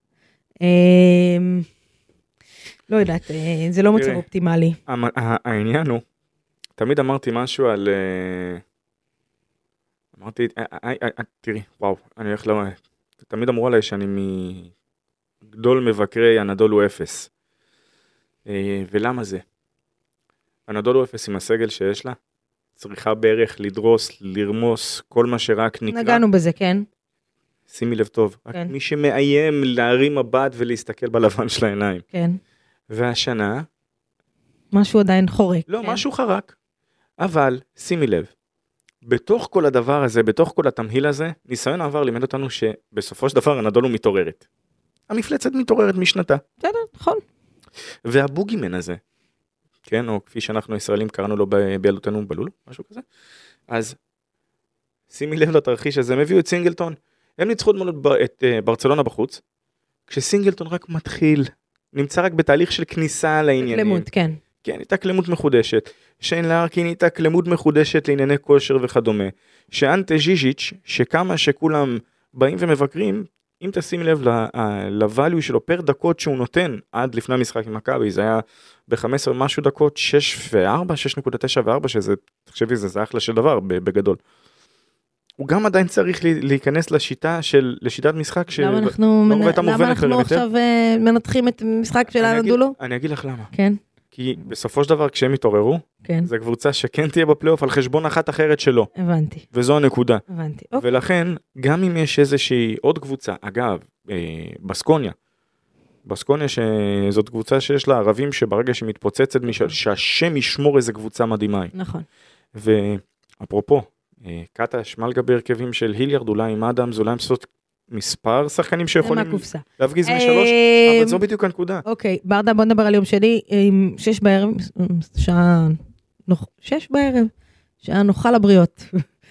לא יודעת, זה לא מצב אופטימלי. העניין הוא, תמיד אמרתי משהו על, אמרתי, תראי, וואו, אני הולך לא, תמיד אמרו עליי שאני מגדול מבקרי הנדול הוא אפס. ולמה זה? הנדול הוא אפס עם הסגל שיש לה, צריכה בערך לדרוס, לרמוס, כל מה שרק נקרא. נגענו בזה, כן. שימי לב טוב, כן. רק מי שמאיים להרים מבט ולהסתכל בלבן של העיניים. כן. והשנה... משהו עדיין חורק. לא, כן. משהו חרק. אבל, שימי לב, בתוך כל הדבר הזה, בתוך כל התמהיל הזה, ניסיון העבר לימד אותנו שבסופו של דבר הנדול הוא מתעוררת. המפלצת מתעוררת משנתה. בסדר, נכון. והבוגימן הזה, כן, או כפי שאנחנו ישראלים קראנו לו בילדותנו בלולו, משהו כזה. אז שימי לב לתרחיש הזה, הם הביאו את סינגלטון, הם ניצחו את ברצלונה בחוץ, כשסינגלטון רק מתחיל, נמצא רק בתהליך של כניסה לעניינים. התאקלמות, כן. כן, התאקלמות מחודשת. שיין לארקין התאקלמות מחודשת לענייני כושר וכדומה. שאנטה ז'יז'יץ', שכמה שכולם באים ומבקרים, אם תשים לב לvalue שלו פר דקות שהוא נותן עד לפני המשחק עם מכבי, זה היה ב-חמש עשרה משהו דקות, שש וארבע, שש נקודה תשע וארבע, שזה, תחשבי, זה, זה אחלה של דבר בגדול. הוא גם עדיין צריך להיכנס לשיטה של, לשיטת משחק למה אנחנו, מנ... למה אנחנו עכשיו מנתחים את משחק של הנדולו? אני אגיד לך למה. כן. כי בסופו של דבר כשהם התעוררו, כן. זה קבוצה שכן תהיה בפלייאוף על חשבון אחת אחרת שלו. הבנתי. וזו הנקודה. הבנתי. אוקיי. ולכן, גם אם יש איזושהי עוד קבוצה, אגב, אה, בסקוניה, בסקוניה שזאת קבוצה שיש לה ערבים שברגע שמתפוצצת, נכון. שהשם ישמור איזה קבוצה מדהימה. נכון. ואפרופו, אה, קטש, מלגה בהרכבים של היליארד, אולי עם אדמס, אולי עם סוד מספר שחקנים שיכולים להפגיז משלוש, אבל זו בדיוק הנקודה. אוקיי, ברדה, בוא נדבר על יום שני, עם שש בערב, שעה, שש בערב, שעה נוחה לבריות.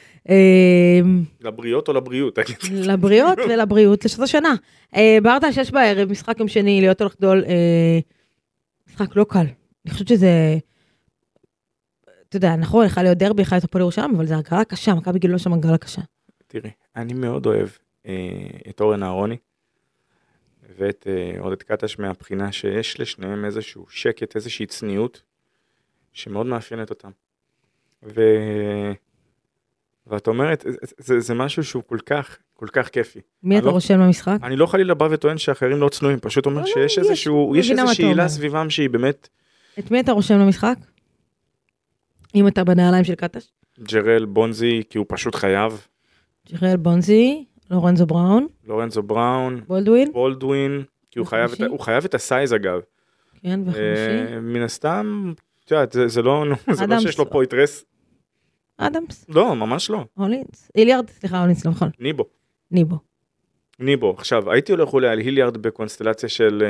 לבריות או לבריאות? לבריאות ולבריאות, לשת השנה. ברדה, שש בערב, משחק יום שני, להיות הולך גדול, משחק לא קל. אני חושבת שזה, אתה יודע, נכון, יכול להיות דרבי, יכול להיות הפועל ירושלים, אבל זה הגרלה קשה, מכבי גילה שם הגרלה קשה. תראי, אני מאוד אוהב את אורן אהרוני, ואת עודד קטש מהבחינה שיש לשניהם איזשהו שקט, איזושהי צניעות, שמאוד מאפיינת אותם. ו... ואת אומרת, זה, זה משהו שהוא כל כך, כל כך כיפי. מי אתה לא, רושם במשחק? אני לא חלילה בא וטוען שאחרים לא צנועים, פשוט אומר שיש איזשהו, יש איזושהי עילה סביבם שהיא באמת... את מי אתה רושם במשחק? אם אתה בנעליים של קטש? ג'רל בונזי, כי הוא פשוט חייב. ג'רל בונזי, לורנזו בראון. לורנזו בראון. בולדווין. בולדווין, כי הוא חייב, את, הוא חייב את הסייז אגב. כן, וחמישי. מן הסתם, את יודעת, זה, זה לא, זה לא שיש לו פה יתרס. אדמס. לא, ממש לא. הולינס. היליארד, סליחה, הולינס, לא נכון. ניבו. ניבו. ניבו. עכשיו, הייתי הולך אולי על היליארד בקונסטלציה של...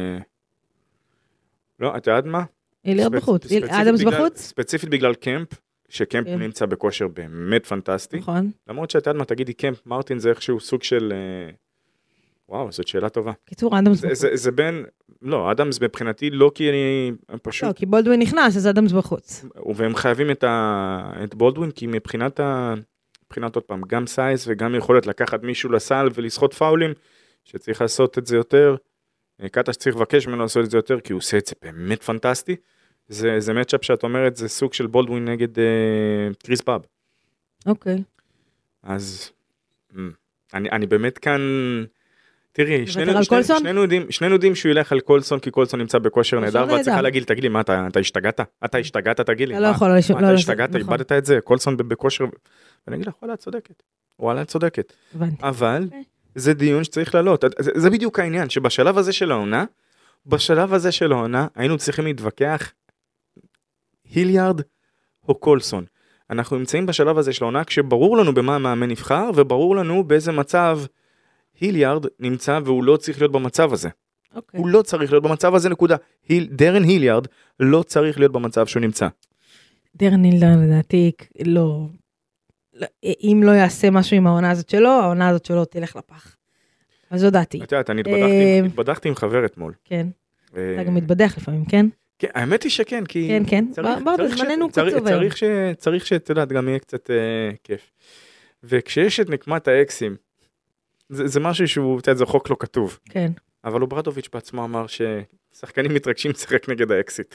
לא, אתה יודעת מה? היליארד בחוץ. אדמס בחוץ? ספציפית בגלל קמפ, שקמפ נמצא בכושר באמת פנטסטי. נכון. למרות שאתה יודעת מה, תגידי קמפ, מרטין זה איכשהו סוג של... וואו, זאת שאלה טובה. קיצור, אדמס זה, בחוץ. זה, זה בין, לא, אדמס מבחינתי לא כי אני פשוט, לא, כי בולדווין נכנס, אז אדמס בחוץ. והם חייבים את, ה, את בולדווין, כי מבחינת, ה, מבחינת עוד פעם, גם סייז וגם יכולת לקחת מישהו לסל ולסחוט פאולים, שצריך לעשות את זה יותר, קטש צריך לבקש ממנו לעשות את זה יותר, כי הוא עושה את זה באמת פנטסטי, זה, זה מצ'אפ שאת אומרת, זה סוג של בולדווין נגד אה, קריס פאב. אוקיי. אז אני, אני באמת כאן, תראי, שנינו, על שני, קולסון? שנינו, יודעים, שנינו יודעים שהוא ילך על קולסון, כי קולסון נמצא בכושר נהדר, ואת נהדר. צריכה להגיד, תגיד לי, מה, אתה, אתה השתגעת? אתה השתגעת, תגיד לי. אתה לא מה, יכול, לא מה, לשאול- אתה לא השתגעת, לעשות, נכון. איבדת את זה, קולסון בכושר, ואני אגיד לך, וואלה, את צודקת. וואלה, את צודקת. הבנתי. אבל אוקיי. זה דיון שצריך לעלות. זה, זה בדיוק העניין, שבשלב הזה של העונה, בשלב הזה של העונה, היינו צריכים להתווכח היליארד או קולסון. אנחנו נמצאים בשלב הזה של העונה, כשברור לנו במה המאמן נבחר, וברור לנו באיזה מצב היליארד נמצא, והוא לא צריך להיות במצב הזה. אוקיי. הוא לא צריך להיות במצב הזה, נקודה. היל, דרן היליארד לא צריך להיות במצב שהוא נמצא. דרן הילדר לדעתי, לא, לא- אם לא יעשה משהו עם העונה הזאת שלו, העונה הזאת שלו תלך לפח. אז זו דעתי. את יודעת, אני התבדחתי, אה, התבדחתי עם חבר אתמול. כן. אה, אתה גם מתבדח לפעמים, כן? כן, האמת היא שכן, כי... כן, כן. צריך- בוא, צריך ש- זמננו צריך- קצוב היום. צריך ש... צריך שאת יודעת, גם יהיה קצת אה, כיף. וכשיש את נקמת האקסים, זה, זה משהו שהוא, את יודעת, זה חוק לא כתוב. כן. אבל אוברדוביץ' בעצמו אמר ששחקנים מתרגשים לשחק נגד האקסיט.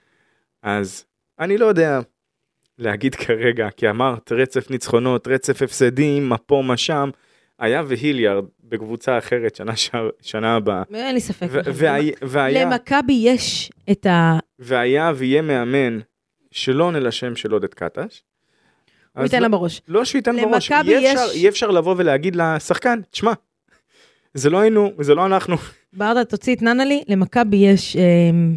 אז אני לא יודע להגיד כרגע, כי אמרת רצף ניצחונות, רצף הפסדים, מה פה, מה שם, היה והיליארד בקבוצה אחרת שנה, שר, שנה הבאה. אין לי ספק. ו- והיה, והיה, למכבי יש את ה... והיה ויהיה מאמן שלא עונה לשם של עודד קטש. הוא אז ייתן לא- לה בראש. לא שייתן בראש, למכבי יהיה אפשר, יש- יהיה אפשר לבוא ולהגיד לשחקן, תשמע, זה לא היינו, זה לא אנחנו. ברדה, תוציא את ננלי, למכבי יש אמ,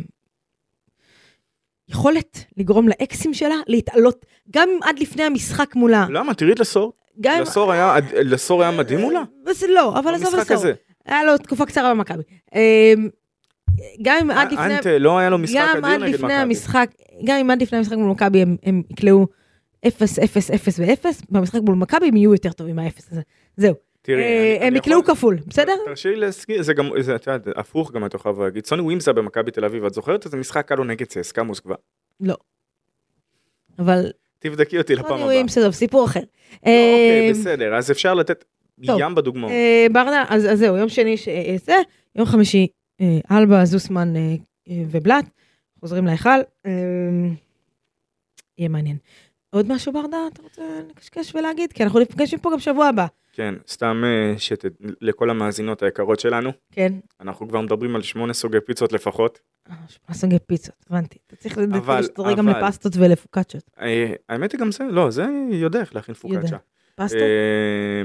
יכולת לגרום לאקסים שלה להתעלות, גם אם עד לפני המשחק מולה. למה? תראי את לסור. גם אם... לסור היה, לסור היה מדהים מולה. זה לא, אבל עזוב במשחק לסור. הזה. היה לו תקופה קצרה במכבי. אמ, גם אם עד לפני... אנטה, לא היה לו משחק גם אדיר עד נגד לפני מכבי. המשחק, גם אם עד לפני המשחק מול מכבי הם, הם יקלעו אפס, אפס, אפס ואפס, במשחק מול מכבי הם יהיו יותר טובים מהאפס הזה. זהו. תראי, אה, אני- הם אני יקלעו יכול- כפול, בסדר? תרשי לי להזכיר, זה גם, זה, את יודעת, הפוך גם את יכולה להגיד, סוני ווימזה במכבי תל אביב, את זוכרת? זה משחק קלו נגד צסקה מוסקבה. לא. אבל... תבדקי אותי לפעם סוני הבאה. ווימס, זה סיפור אחר. אוקיי, אה, בסדר, אז אפשר לתת טוב. ים בדוגמאות. אה, ברדה, אז אז זהו, יום שני שזה, יום חמישי, אה, אלבה, זוסמן אה, אה, ובלט, חוזרים להיכל, אה, יהיה מעניין. עוד משהו ברדה, אתה רוצה לקשקש ולהגיד? כי אנחנו נפגשים פה גם שבוע הבא. כן, סתם אה, שת... לכל המאזינות היקרות שלנו, כן. אנחנו כבר מדברים על שמונה סוגי פיצות לפחות. אה, שמונה סוגי פיצות, הבנתי. אתה צריך אבל- לדבר גם אבל- לפסטות ולפוקצ'ות. אה, האמת היא גם זה, לא, זה יודע איך להכין יודע. פוקאצ'ה. פסטות? אה,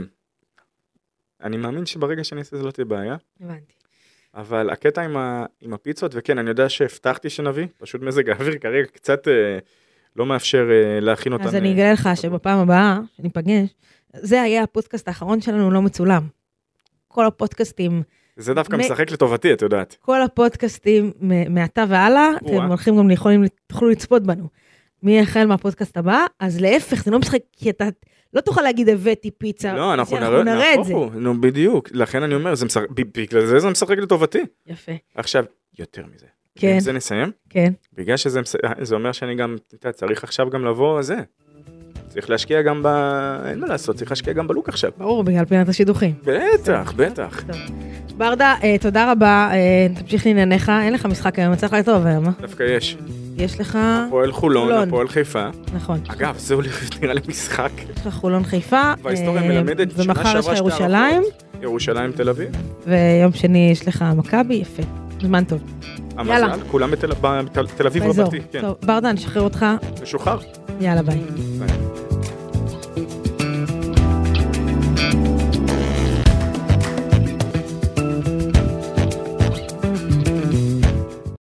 אני מאמין שברגע שאני אעשה זה לא תהיה בעיה, הבנתי. אבל הקטע עם, ה... עם הפיצות, וכן, אני יודע שהבטחתי שנביא, פשוט מזג האוויר כרגע קצת אה, לא מאפשר אה, להכין אותן. אז אני אה, אגלה לך שבפעם הבאה, שניפגש, זה היה הפודקאסט האחרון שלנו לא מצולם. כל הפודקאסטים, זה דווקא מ- משחק לטובתי, את יודעת. כל הפודקאסטים מ- מעתה והלאה, אתם או-אה. הולכים גם יכולים, תוכלו לצפות בנו. מי יחל מהפודקאסט הבא, אז להפך, זה לא משחק, כי אתה לא תוכל להגיד הבאתי פיצה, לא, אנחנו אז נראה, נראה את נהפוך זה. הוא, נו בדיוק, לכן אני אומר, זה משחק, בגלל זה זה משחק לטובתי. יפה, עכשיו, יותר מזה. כן. עם זה נסיים, כן. בגלל שזה מס- זה אומר שאני גם, אתה יודע, צריך עכשיו גם לבוא זה. צריך להשקיע גם ב... אין מה לעשות, צריך להשקיע גם בלוק עכשיו. ברור, בגלל פינת השידוכים. בטח, בטח. טוב. ברדה, אה, תודה רבה, אה, תמשיך לענייניך, אין לך משחק היום, יצא לך לטוב היום, אה? דווקא יש. יש לך, הפועל חולון, חולון. הפועל חיפה. נכון, אגב, זה הולך נראה לי משחק. יש לך חולון חיפה, וההיסטוריה אה, מלמדת, שנה ומחר יש לך שעברה שתי ירושלים, הערכות. ירושלים תל אביב. ויום שני יש לך מכבי, יפה, זמן טוב. יאללה. המזל, כולם בתל בתל אביב באזור. רבתי. כן. טוב, ברדה, נשחרר אותך, משוחרר. יאללה ביי. ביי.